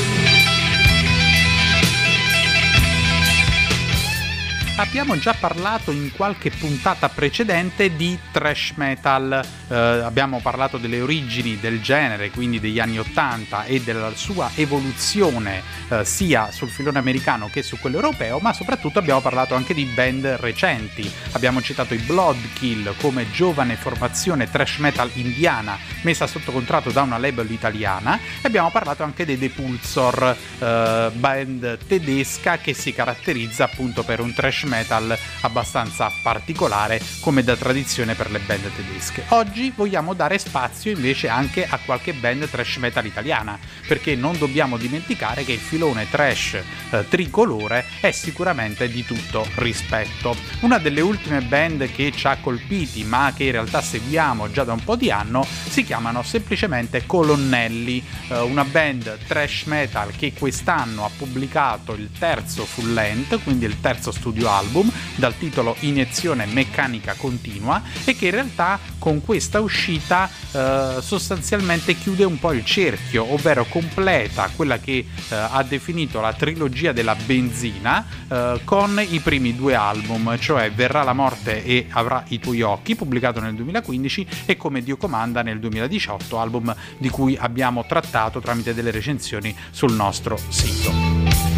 Abbiamo già parlato in qualche puntata precedente di thrash metal, abbiamo parlato delle origini del genere, quindi degli anni 80 e della sua evoluzione sia sul filone americano che su quello europeo, ma soprattutto abbiamo parlato anche di band recenti. Abbiamo citato i Bloodkill come giovane formazione thrash metal indiana messa sotto contratto da una label italiana, e abbiamo parlato anche dei Depulsor, band tedesca che si caratterizza appunto per un thrash metal abbastanza particolare come da tradizione per le band tedesche. Oggi vogliamo dare spazio invece anche a qualche band thrash metal italiana, perché non dobbiamo dimenticare che il filone thrash tricolore è sicuramente di tutto rispetto. Una delle ultime band che ci ha colpiti ma che in realtà seguiamo già da un po' di anno si chiamano semplicemente Colonnelli, una band thrash metal che quest'anno ha pubblicato il terzo full length, quindi il terzo studio album dal titolo Iniezione meccanica continua, e che in realtà con questa uscita sostanzialmente chiude un po' il cerchio, ovvero completa quella che ha definito la trilogia della benzina con i primi due album, cioè Verrà la morte e Avrà i tuoi occhi, pubblicato nel 2015, e Come Dio comanda nel 2018, album di cui abbiamo trattato tramite delle recensioni sul nostro sito.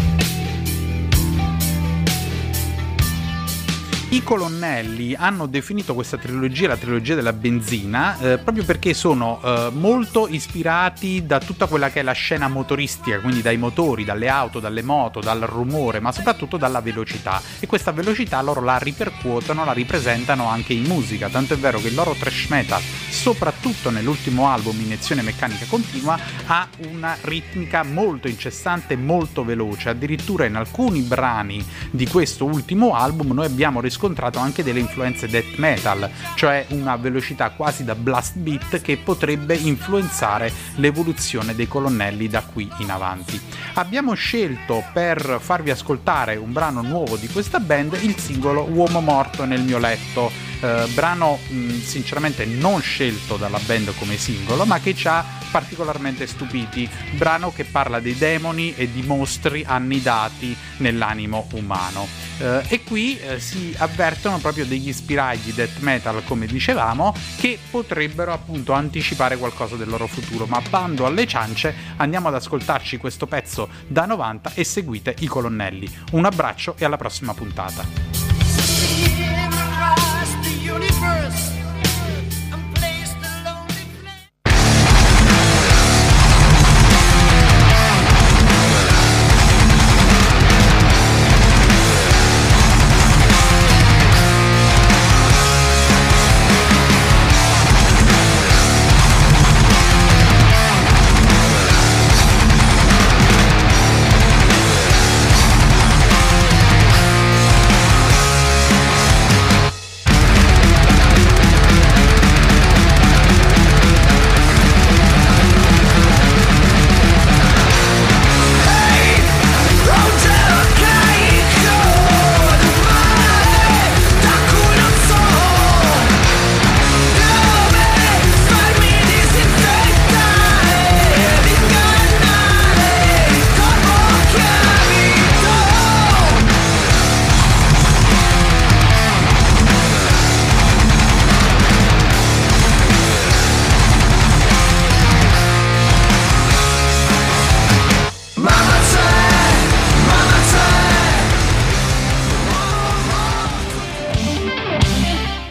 I Colonnelli hanno definito questa trilogia la trilogia della benzina proprio perché sono molto ispirati da tutta quella che è la scena motoristica, quindi dai motori, dalle auto, dalle moto, dal rumore, ma soprattutto dalla velocità, e questa velocità loro la ripercuotono, la ripresentano anche in musica, tanto è vero che il loro thrash metal, soprattutto nell'ultimo album Iniezione meccanica continua, ha una ritmica molto incessante, molto veloce. Addirittura in alcuni brani di questo ultimo album noi abbiamo riscontrato anche delle influenze death metal, cioè una velocità quasi da blast beat che potrebbe influenzare l'evoluzione dei Colonnelli da qui in avanti. Abbiamo scelto per farvi ascoltare un brano nuovo di questa band, il singolo Uomo morto nel mio letto, brano sinceramente non scelto dalla band come singolo ma che ci ha particolarmente stupiti, brano che parla dei demoni e di mostri annidati nell'animo umano, e qui si avvertono proprio degli spiragli di death metal, come dicevamo, che potrebbero appunto anticipare qualcosa del loro futuro, ma bando alle ciance, andiamo ad ascoltarci questo pezzo da 90 e seguite i Colonnelli. Un abbraccio e alla prossima puntata.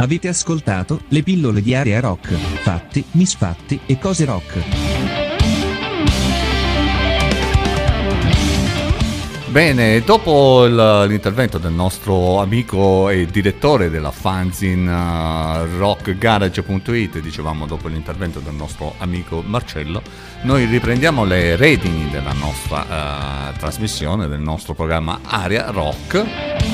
Avete ascoltato le pillole di Area Rock, fatti, misfatti e cose rock. Bene, dopo l'intervento del nostro amico e direttore della fanzine rockgarage.it, dicevamo dopo l'intervento del nostro amico Marcello, noi riprendiamo le redini della nostra trasmissione, del nostro programma Area Rock.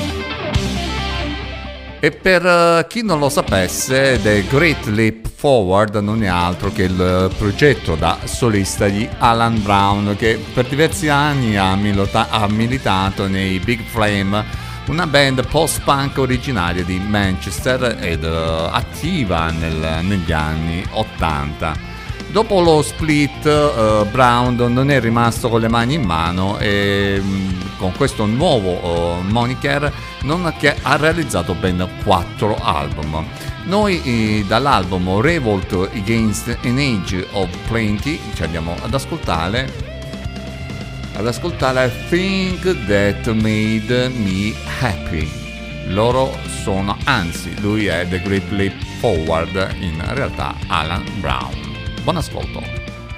E per chi non lo sapesse, The Great Leap Forward non è altro che il progetto da solista di Alan Brown, che per diversi anni ha militato nei Big Flame, una band post-punk originaria di Manchester ed attiva negli anni 80. Dopo lo split, Brown non è rimasto con le mani in mano e con questo nuovo moniker ha realizzato ben 4 album. Noi dall'album Revolt Against an Age of Plenty ci andiamo ad ascoltare Thing That Made Me Happy. Loro sono, anzi lui è The Great Leap Forward, in realtà Alan Brown. Buon ascolto.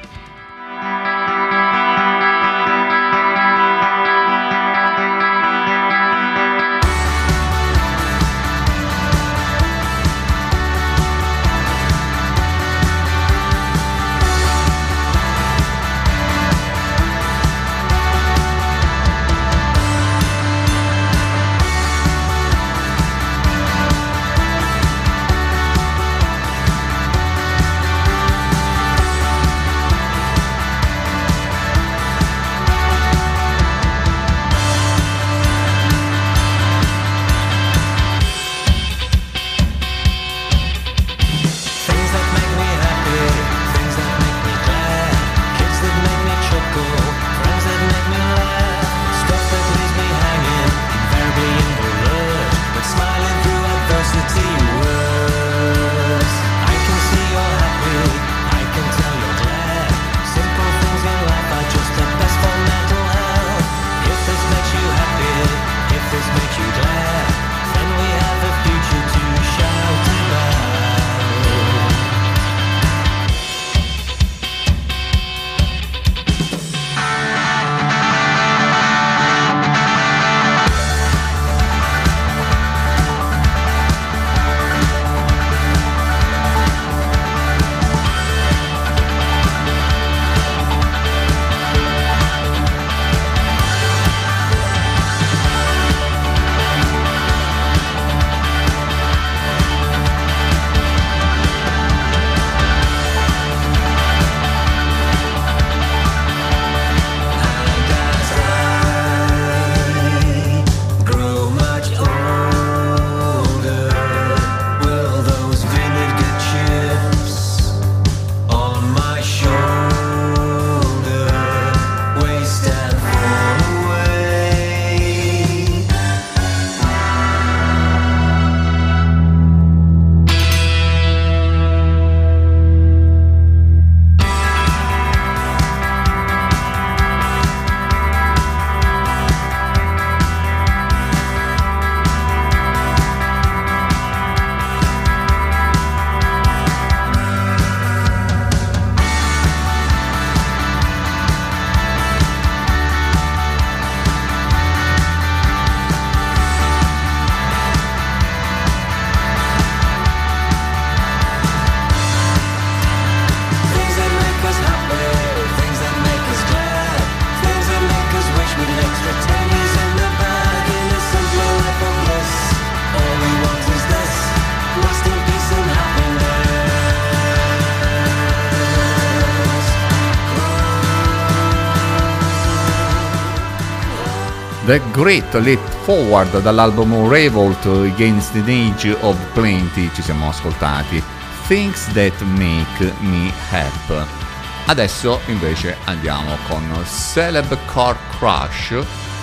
The Great Leap Forward dall'album Revolt Against the Age of Plenty ci siamo ascoltati Things That Make Me Happy. Adesso invece andiamo con Celeb Car Crush.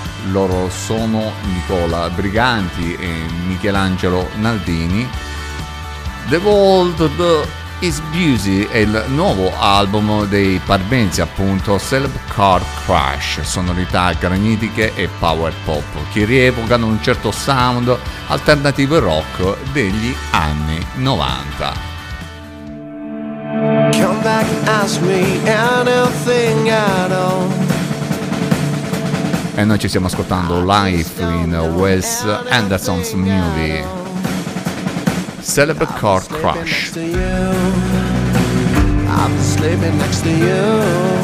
Loro sono Nicola Briganti e Michelangelo Naldini. The World is Beauty è il nuovo album dei parmensi, appunto, Celeb Car Crash, sonorità granitiche e power pop che rievocano un certo sound alternativo e rock degli anni 90. Come back and ask me anything at all. E noi ci stiamo ascoltando Life in Wes Anderson's movie Celeb Car Crash. I'm sleeping next to you.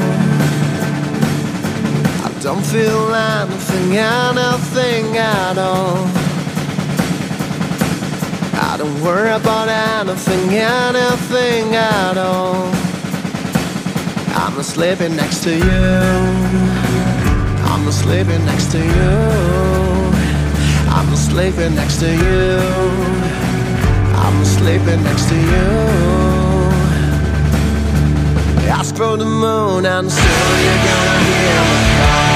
I don't feel anything at all. I don't worry about anything at all. I'm sleeping next to you. I'm sleeping next to you. I'm sleeping next to you. I'm sleeping next to you. Ask for the moon and soon you're gonna hear me call.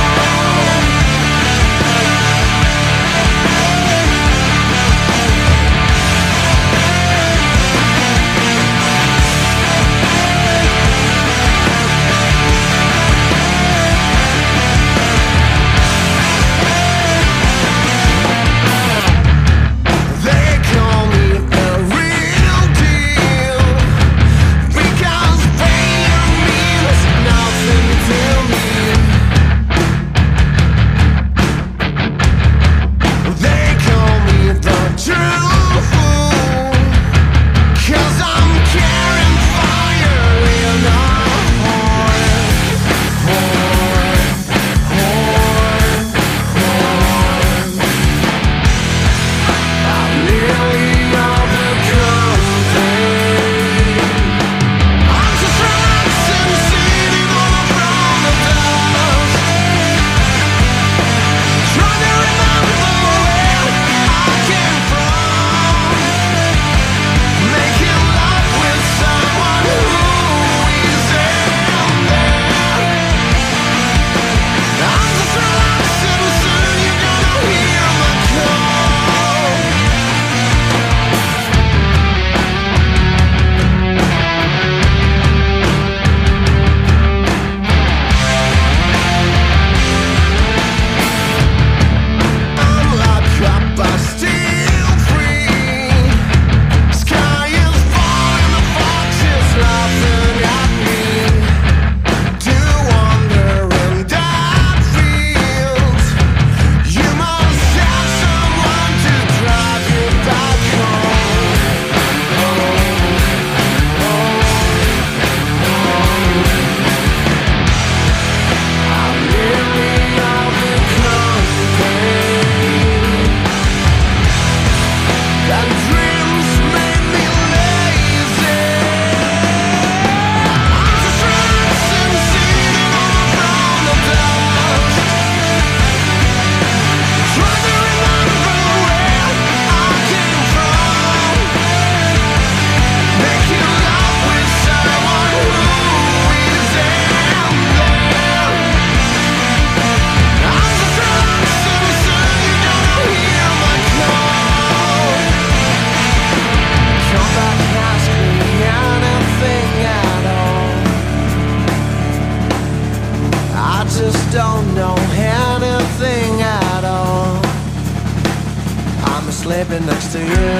sleeping next to you.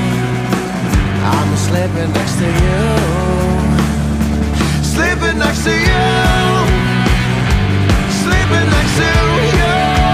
I'm sleeping next to you. Sleeping next to you. Sleeping next to you.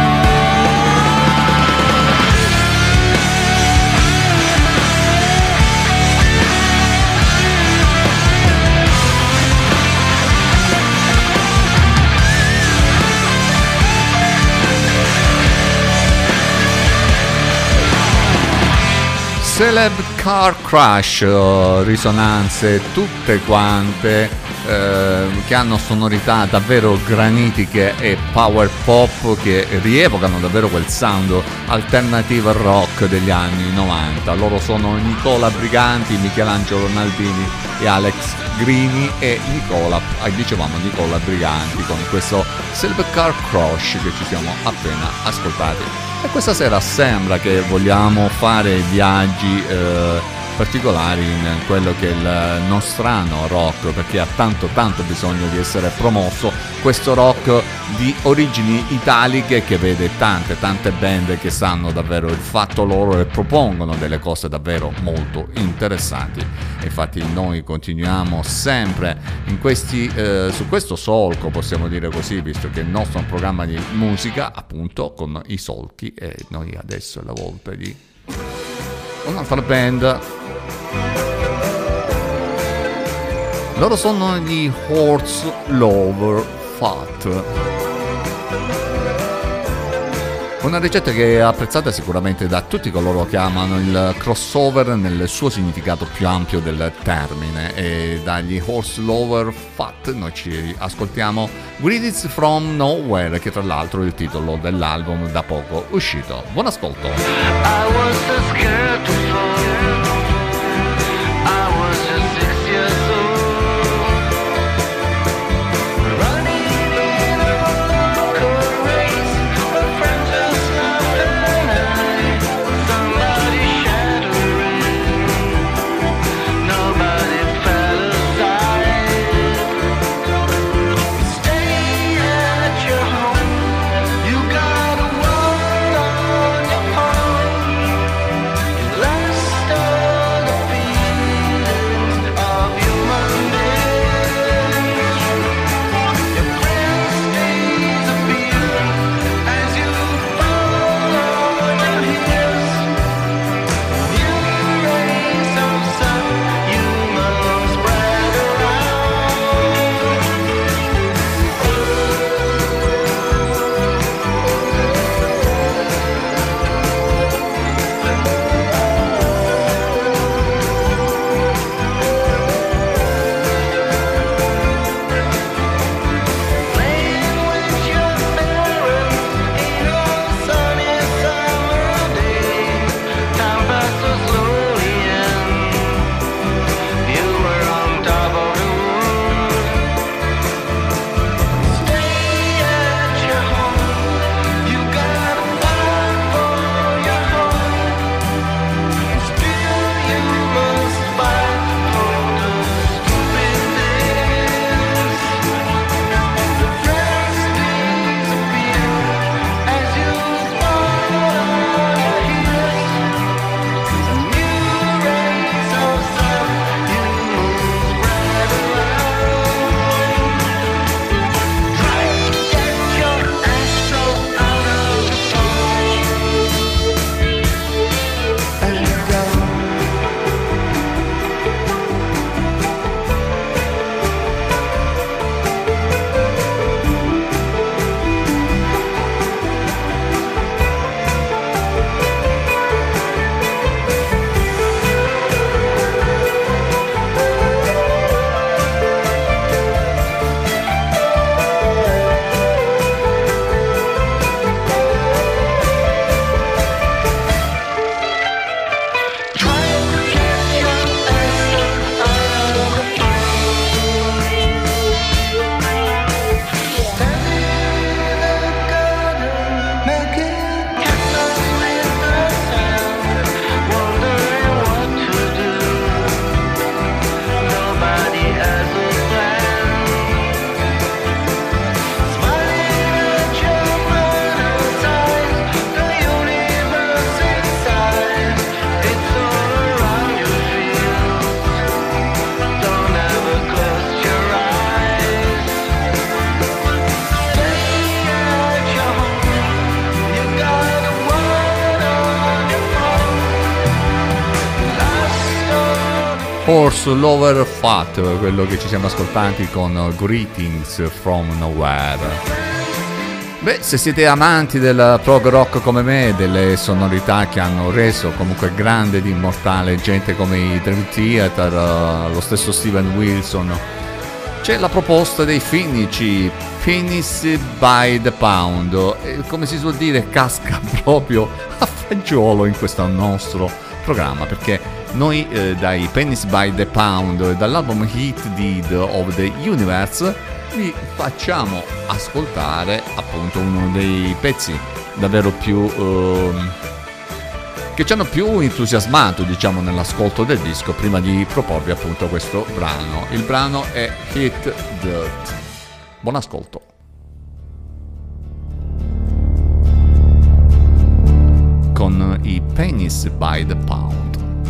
Celeb Car Crash, risonanze tutte quante che hanno sonorità davvero granitiche e power pop che rievocano davvero quel sound alternativo rock degli anni 90. Loro sono Nicola Briganti, Michelangelo Naldini e Alex Grini e Nicola Briganti con questo Celeb Car Crash che ci siamo appena ascoltati. E questa sera sembra che vogliamo fare viaggi particolari in quello che è il nostrano rock, perché ha tanto bisogno di essere promosso questo rock di origini italiche, che vede tante band che sanno davvero il fatto loro e propongono delle cose davvero molto interessanti. Infatti noi continuiamo sempre in su questo solco, possiamo dire così, visto che il nostro è un programma di musica appunto con i solchi, e noi adesso è la volta di un'altra band. Loro sono gli Horse Lover Fat, una ricetta che è apprezzata sicuramente da tutti coloro che amano il crossover nel suo significato più ampio del termine, e dagli Horse Lover Fat noi ci ascoltiamo Greetings from Nowhere, che tra l'altro è il titolo dell'album da poco uscito. Buon ascolto. I was so scared to fall. I was just 6 years old, running in a local race. A friend just laughed and I, somebody shattering. Nobody fell aside. Stay at your home. You gotta walk on your own. Last all the feelings of human beings. Your friends disappear as you fall on your heels. New rays of sun you must spread around. Playing with your parents in a sunny summer day. Time passed so slowly and you were on top of the world. Stay at your home. You gotta fight for your home. Still you must fight for the stupid things. The friends disappear as you fall on your heels. New rays of sun you spread around. Try to get your astro out of the fog and go. Try to get your astro out of the fog. Standing in the garden, making candles with the sand, wondering what to do. Nobody has a plan. Smiling at your brother's eyes, the universe inside. It's all around you, feels. Don't ever close your eyes. Stay at your home. You gotta walk on your own. Last all Horse Lover Fat, quello che ci siamo ascoltati con Greetings from Nowhere. Beh, se siete amanti del prog rock come me, delle sonorità che hanno reso comunque grande ed immortale gente come i Dream Theater, lo stesso Steven Wilson, c'è la proposta dei finnici Penis by the Pound, e come si suol dire casca proprio a fagiolo in questo nostro programma, perché noi dai Penis by the Pound, dall'album Hit Deed of the Universe, vi facciamo ascoltare appunto uno dei pezzi davvero più che ci hanno più entusiasmato, diciamo, nell'ascolto del disco, prima di proporvi appunto questo brano. Il brano è Hit Dirt. Buon ascolto. Con i Pennies by the Pound.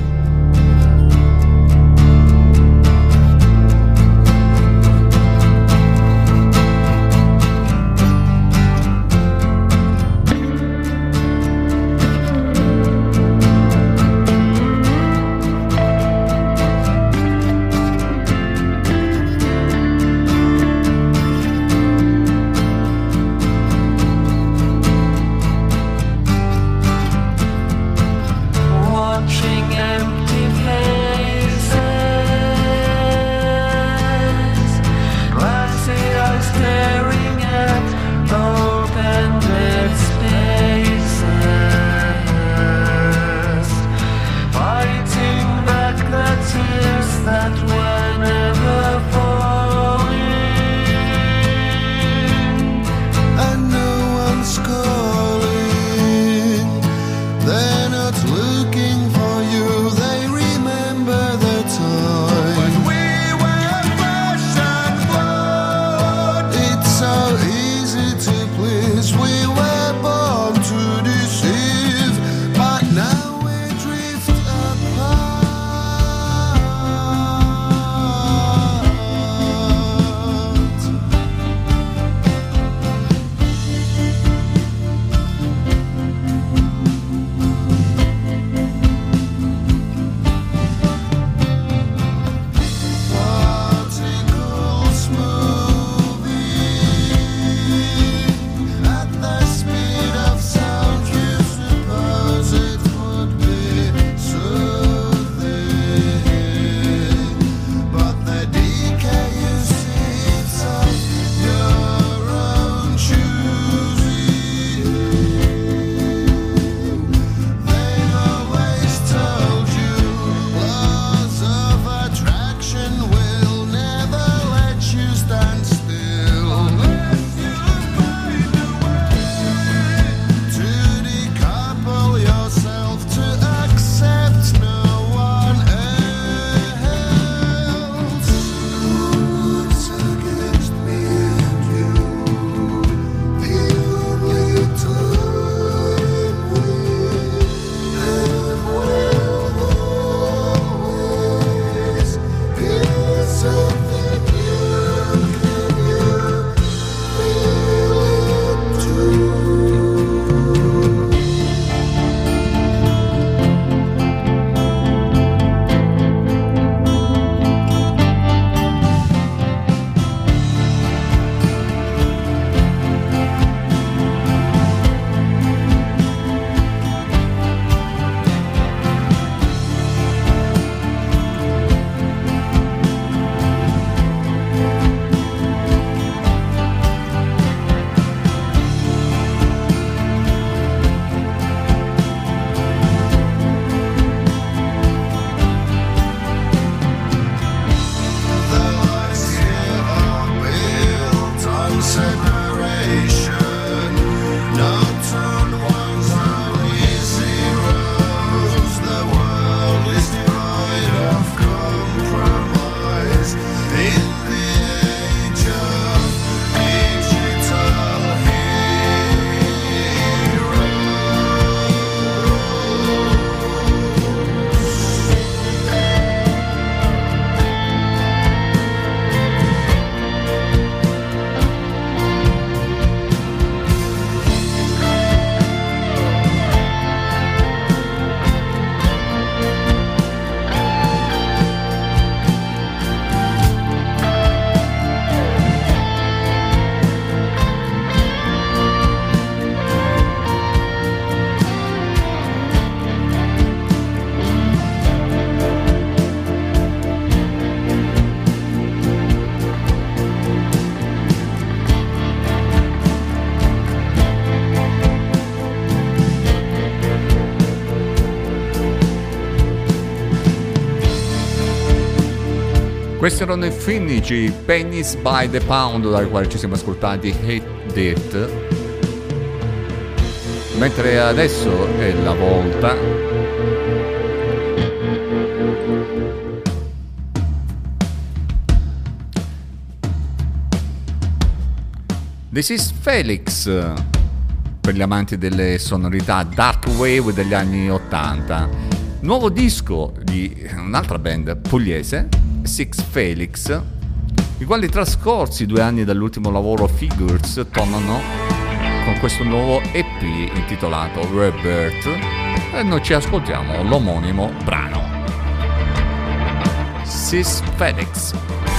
Questi erano i finnici Pennies by the Pound, dal quale ci siamo ascoltati Hate It. Mentre adesso è la volta This is Felix per gli amanti delle sonorità dark wave degli anni 80. Nuovo disco di un'altra band pugliese, Six Felix, i quali trascorsi 2 anni dall'ultimo lavoro Figures tornano con questo nuovo EP intitolato Rebirth e noi ci ascoltiamo l'omonimo brano. Six Felix.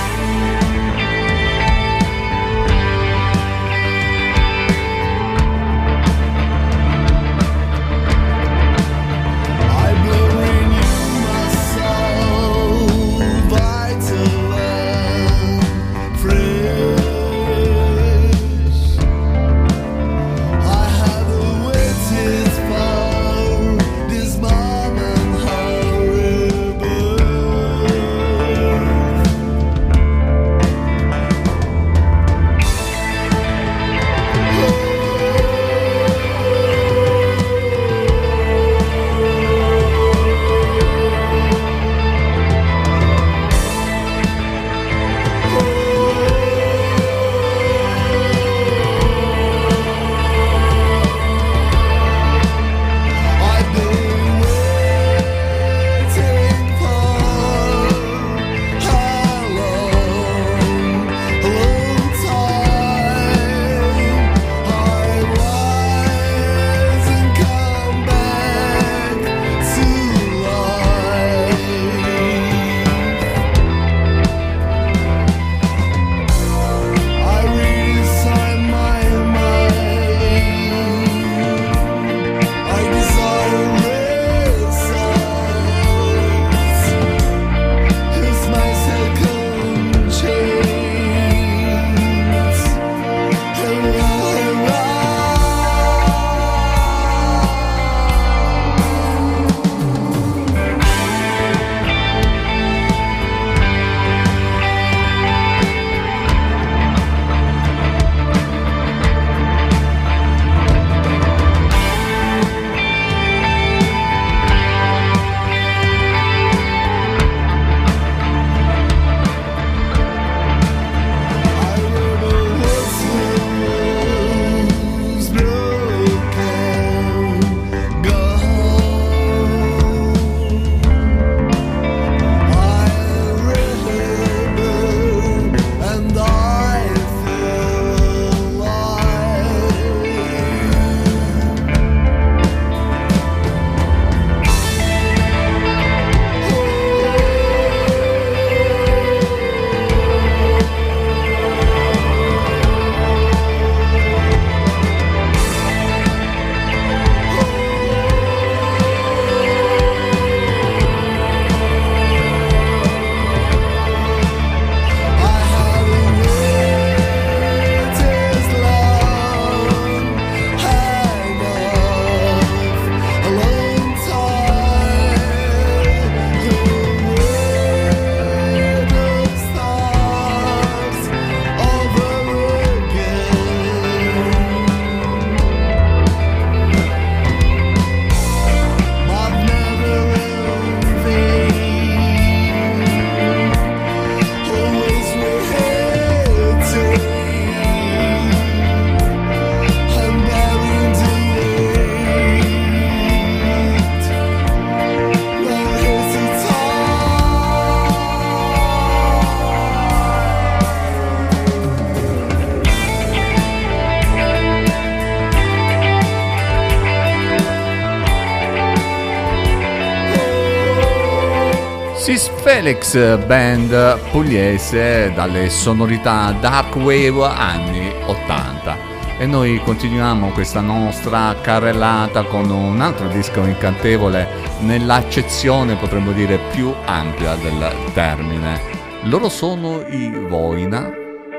Felix, band pugliese dalle sonorità dark wave anni 80. E noi continuiamo questa nostra carrellata con un altro disco incantevole nell'accezione, potremmo dire, più ampia del termine. Loro sono i Voina,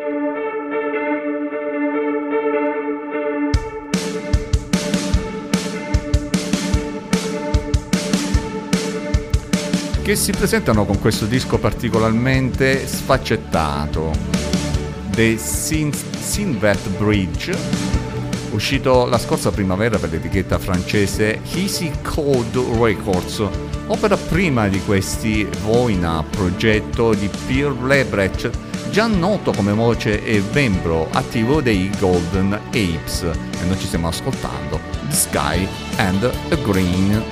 che si presentano con questo disco particolarmente sfaccettato, The Sinvet Bridge, uscito la scorsa primavera per l'etichetta francese Easy Code Records. Opera prima di questi Voina, progetto di Pierre Lebrecht, già noto come voce e membro attivo dei Golden Apes, e noi ci stiamo ascoltando The Sky and the Green.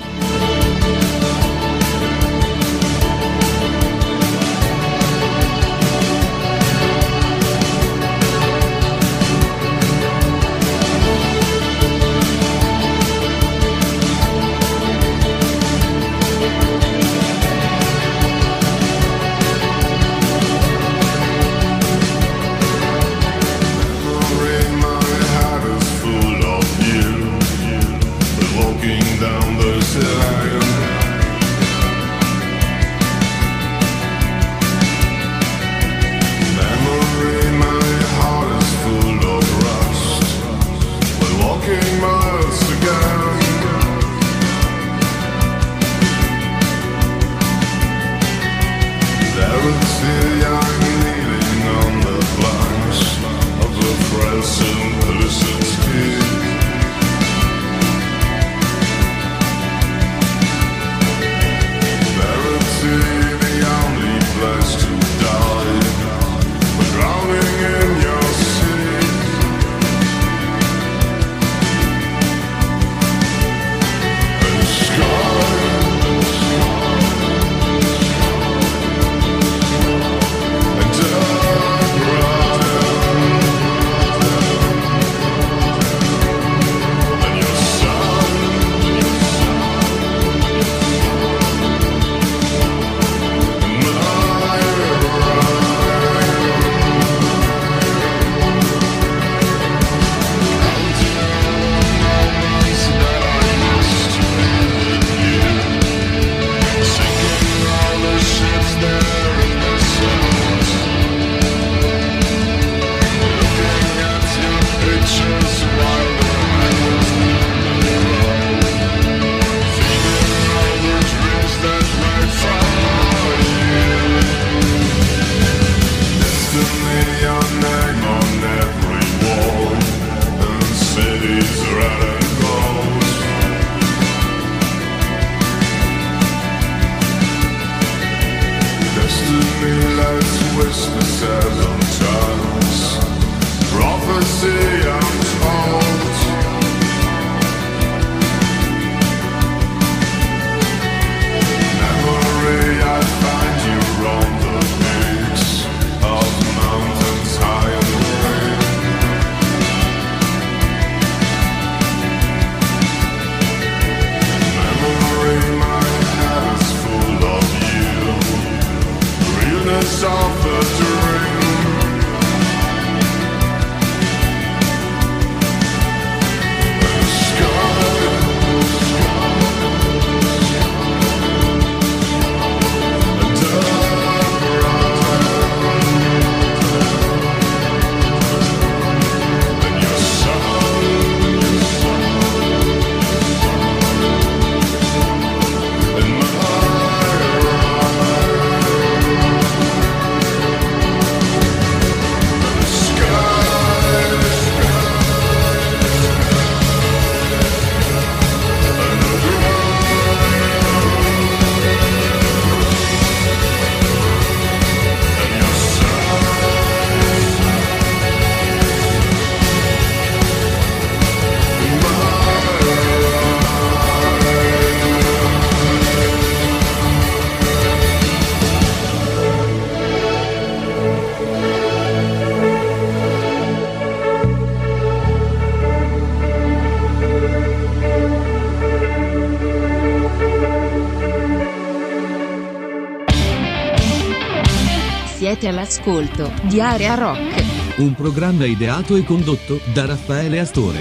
Siete all'ascolto di Area Rock. Un programma ideato e condotto da Raffaele Astore.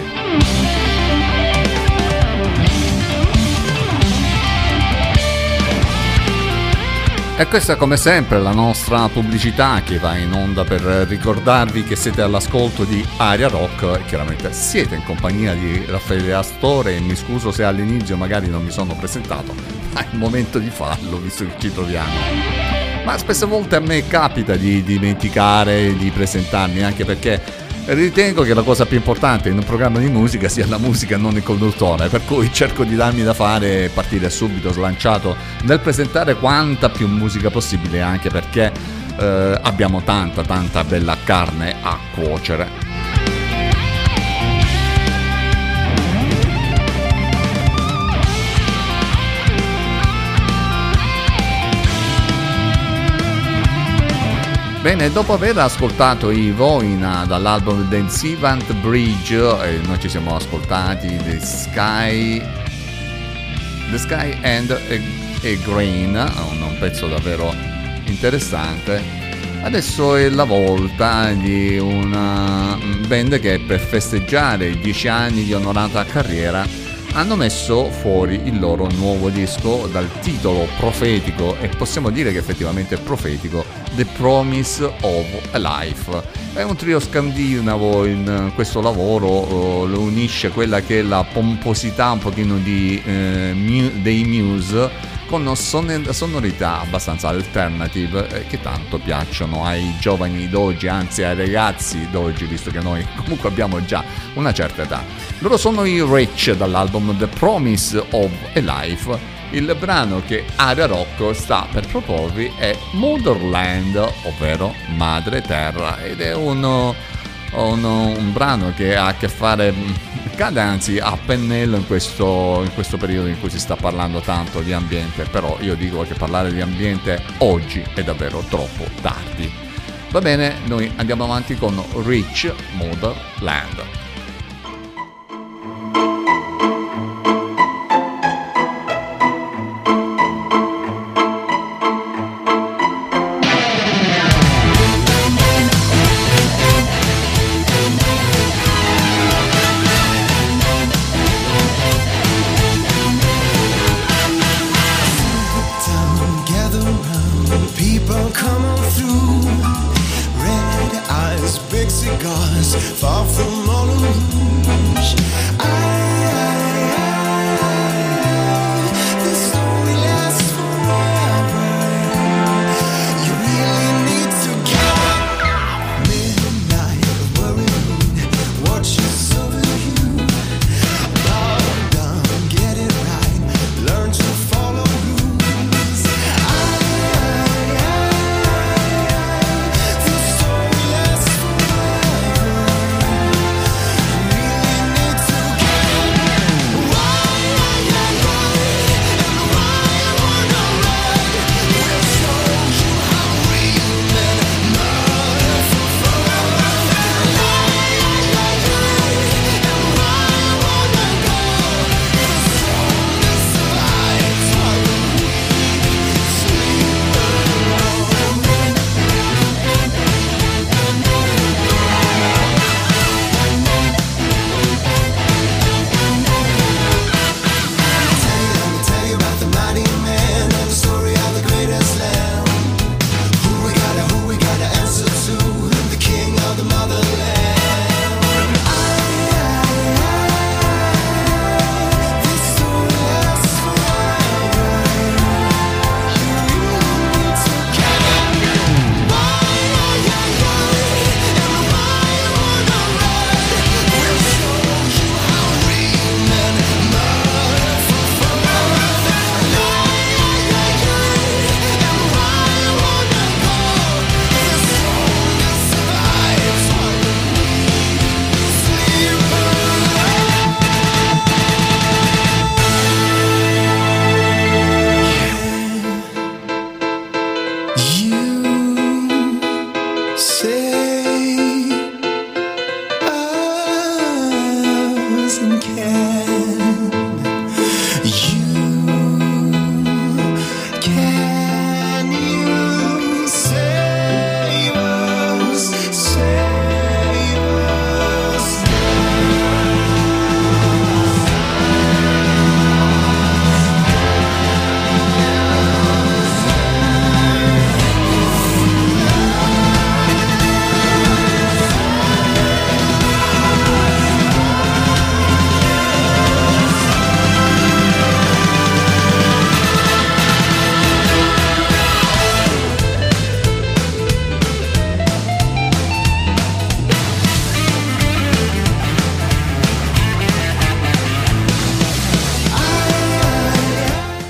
E questa come sempre è la nostra pubblicità che va in onda per ricordarvi che siete all'ascolto di Area Rock e chiaramente siete in compagnia di Raffaele Astore, e mi scuso se all'inizio magari non mi sono presentato, ma è il momento di farlo visto che ci troviamo. Ma spesse volte a me capita di dimenticare di presentarmi, anche perché Ritengo che la cosa più importante in un programma di musica sia la musica, non il conduttore, per cui cerco di darmi da fare e partire subito slanciato nel presentare quanta più musica possibile, anche perché abbiamo tanta bella carne a cuocere. Bene, dopo aver ascoltato i Voina dall'album The Seventh Bridge, noi ci siamo ascoltati The Sky and a Grain, un pezzo davvero interessante. Adesso è la volta di una band che per festeggiare i 10 anni di onorata carriera hanno messo fuori il loro nuovo disco dal titolo profetico, e possiamo dire che effettivamente è profetico, The Promise of a Life. È un trio scandinavo in questo lavoro, lo unisce quella che è la pomposità un pochino dei Muse con sonorità abbastanza alternative che tanto piacciono ai giovani d'oggi, anzi ai ragazzi d'oggi, visto che noi comunque abbiamo già una certa età. Loro sono i Rich dall'album The Promise of a Life. Il brano che Area Rock sta per proporvi è Motherland, ovvero Madre Terra, ed è un brano che ha a che fare, cade anzi a pennello in questo periodo in cui si sta parlando tanto di ambiente, però io dico che parlare di ambiente oggi è davvero troppo tardi. Va bene, noi andiamo avanti con Rich, Motherland. Far from all of rouge. This only lasts forever. You really need to get midnight worrying watches over you. Bow down, get it right, learn to follow rules. This only lasts forever.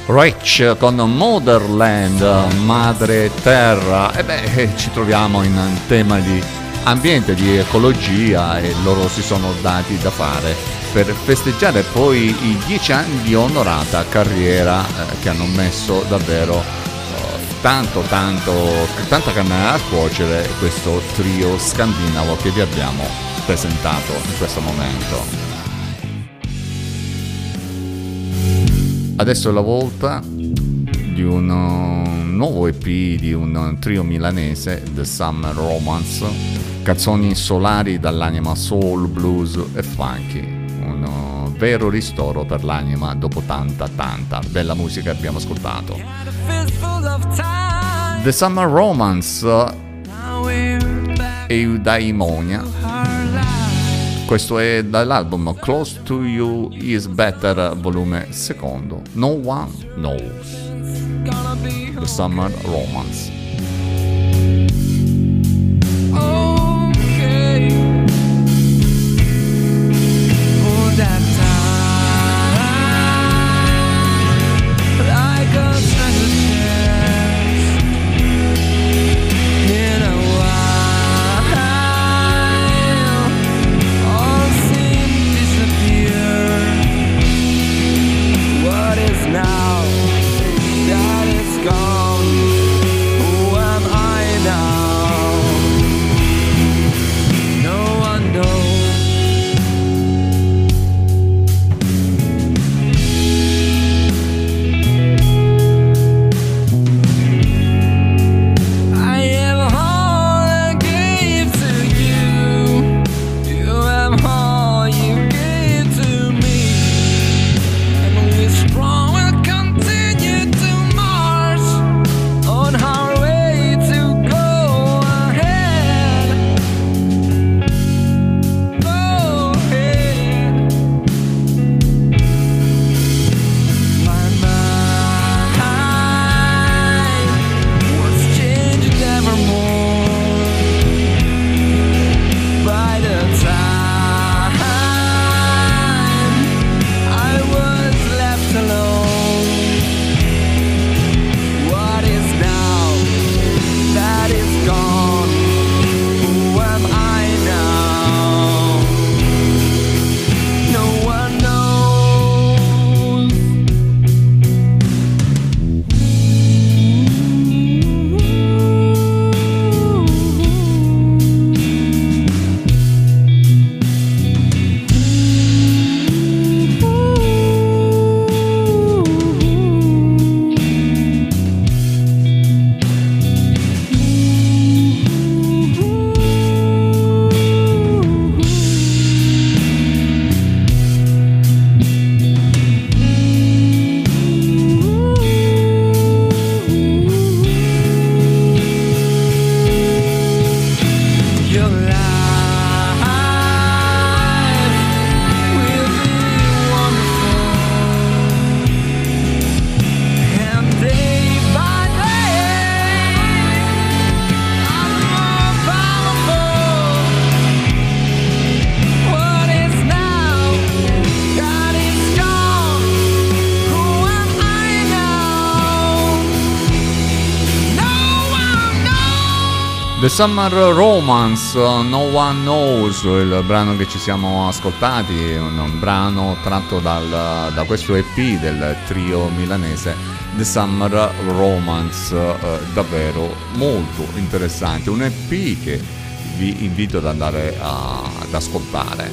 Rich con Motherland, madre terra. E beh, ci troviamo in un tema di ambiente, di ecologia, e loro si sono dati da fare per festeggiare poi i 10 anni di onorata carriera che hanno messo davvero tanta carne a cuocere questo trio scandinavo che vi abbiamo presentato in questo momento. Adesso è la volta di un nuovo EP di un trio milanese, The Summer Romance, canzoni solari dall'anima soul, blues e funky, un vero ristoro per l'anima dopo tanta bella musica che abbiamo ascoltato. The Summer Romance, Eudaimonia. Questo è dall'album Close to You Is Better, volume 2, No One Knows, The Summer Romance. Now that it's gone, who am I now? No one knows. I am all I gave to you. You am all you gave to me, and we're strong. The Summer Romance, No One Knows, il brano che ci siamo ascoltati, un brano tratto da questo EP del trio milanese The Summer Romance, davvero molto interessante, un EP che vi invito ad andare ad ascoltare.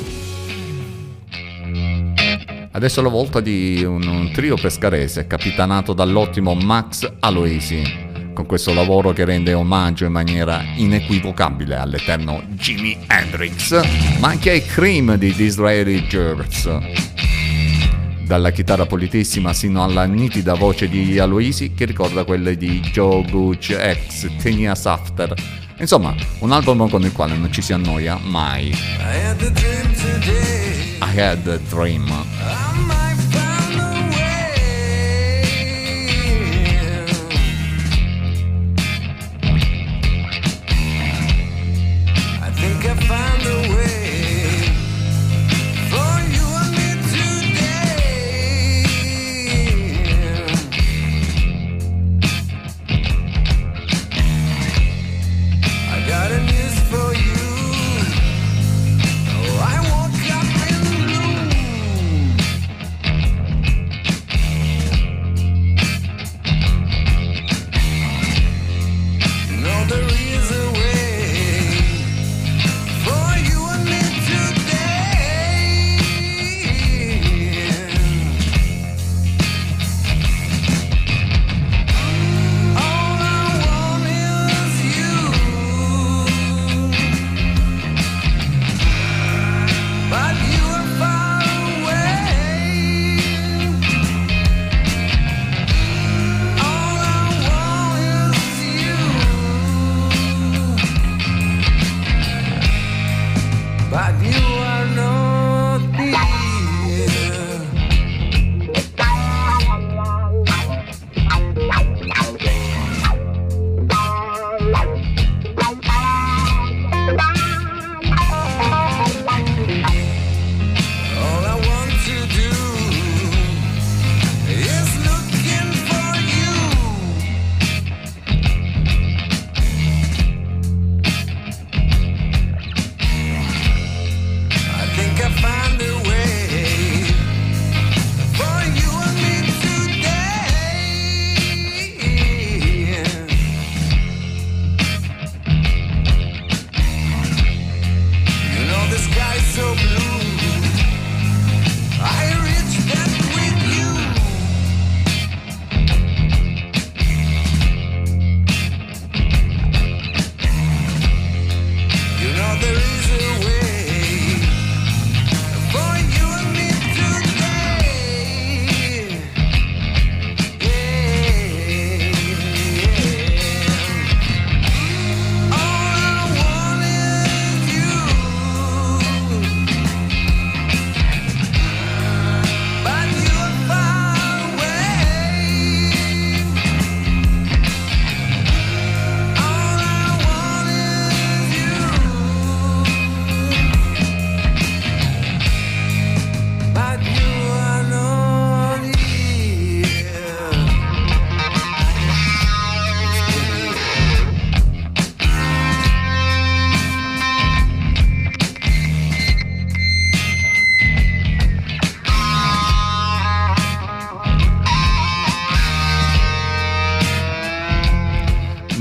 Adesso è la volta di un trio pescarese capitanato dall'ottimo Max Aloisi, con questo lavoro che rende omaggio in maniera inequivocabile all'eterno Jimi Hendrix, ma anche ai Cream di Disraeli Geertz. Dalla chitarra pulitissima sino alla nitida voce di Aloisi che ricorda quelle di Joe Gooch ex 10 Years After. Insomma, un album con il quale non ci si annoia mai. I had a dream.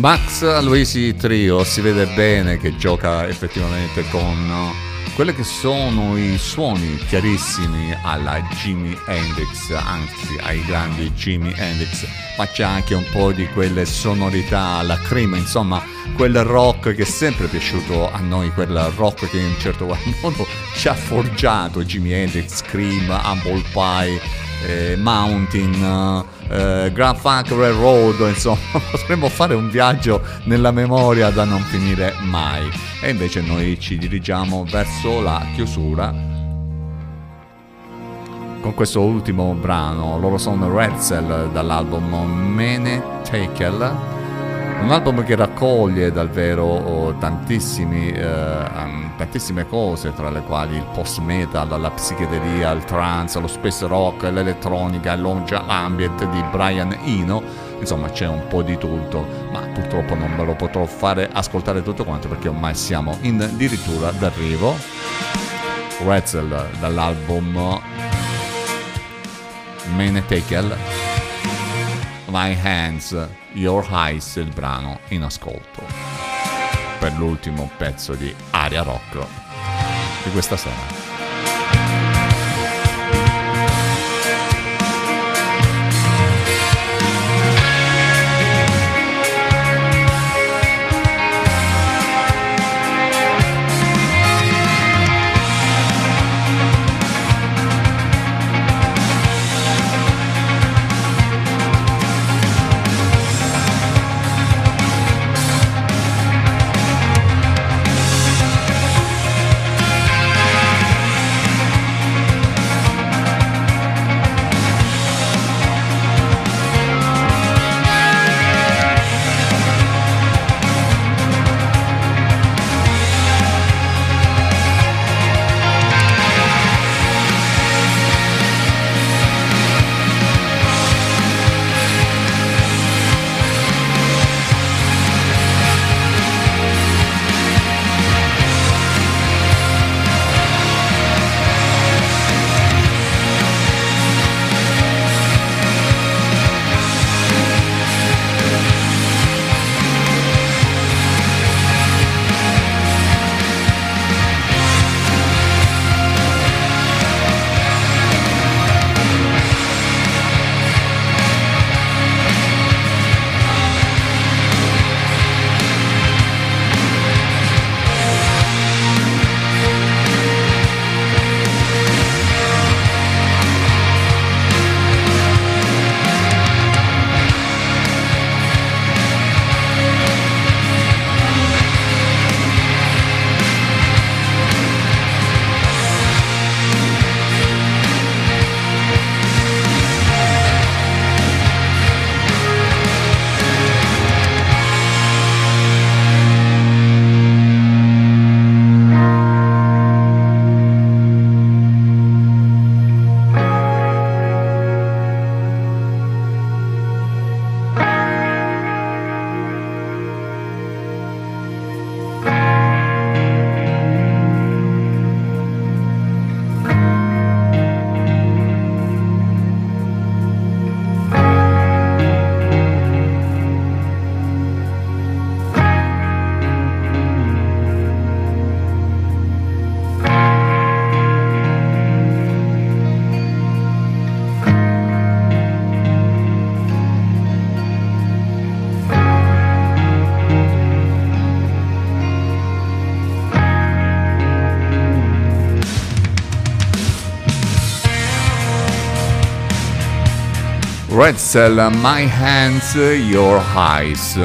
Max Aloisi Trio si vede bene che gioca effettivamente con quelli che sono i suoni chiarissimi alla Jimi Hendrix, anzi ai grandi Jimi Hendrix, ma c'è anche un po' di quelle sonorità alla Cream, insomma quel rock che è sempre piaciuto a noi, quel rock che in un certo qual modo ci ha forgiato Jimi Hendrix, Cream, Humble Pie, Mountain, Grand Funk Railroad, insomma potremmo fare un viaggio nella memoria da non finire mai. E invece noi ci dirigiamo verso la chiusura con questo ultimo brano. Loro sono Red Cell dall'album Mene Tekel, un album che raccoglie davvero tantissime cose, tra le quali il post metal, la psichedelia, il trance, lo space rock, l'elettronica, l'ambient di Brian Eno. Insomma c'è un po' di tutto, ma purtroppo non ve lo potrò fare ascoltare tutto quanto perché ormai siamo addirittura d'arrivo. Retzel dall'album Mene Tekel, My Hands, Your Eyes, il brano in ascolto per l'ultimo pezzo di Aria Rock di questa sera. Retzel, My Hands, Your Eyes.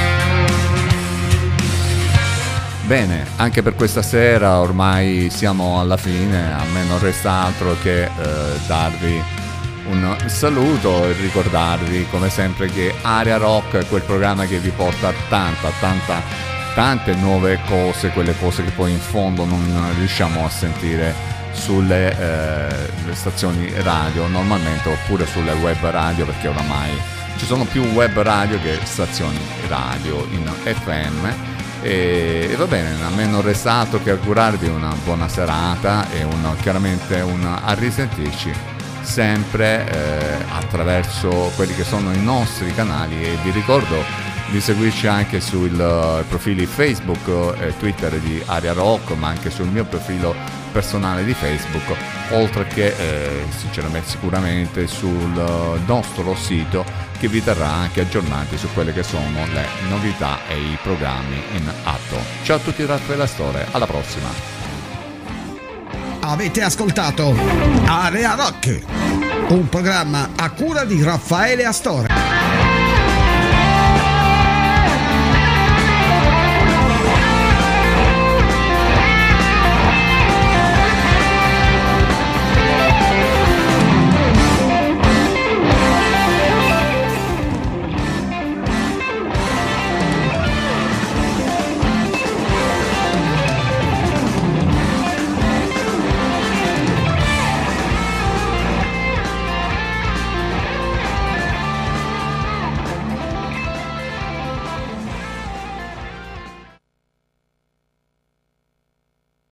Bene, anche per questa sera ormai siamo alla fine, a me non resta altro che darvi un saluto e ricordarvi come sempre che Aria Rock è quel programma che vi porta tante nuove cose, quelle cose che poi in fondo non riusciamo a sentire sulle le stazioni radio normalmente, oppure sulle web radio, perché oramai ci sono più web radio che stazioni radio in FM. E va bene, a me non resta altro che augurarvi una buona serata e chiaramente a risentirci sempre attraverso quelli che sono i nostri canali. E vi ricordo di seguirci anche sui profili Facebook e Twitter di Area Rock, ma anche sul mio profilo personale di Facebook, oltre che sinceramente sicuramente sul nostro sito, che vi terrà anche aggiornati su quelle che sono le novità e i programmi in atto. Ciao a tutti da Raffaele Astore, alla prossima. Avete ascoltato Area Rock, un programma a cura di Raffaele Astore.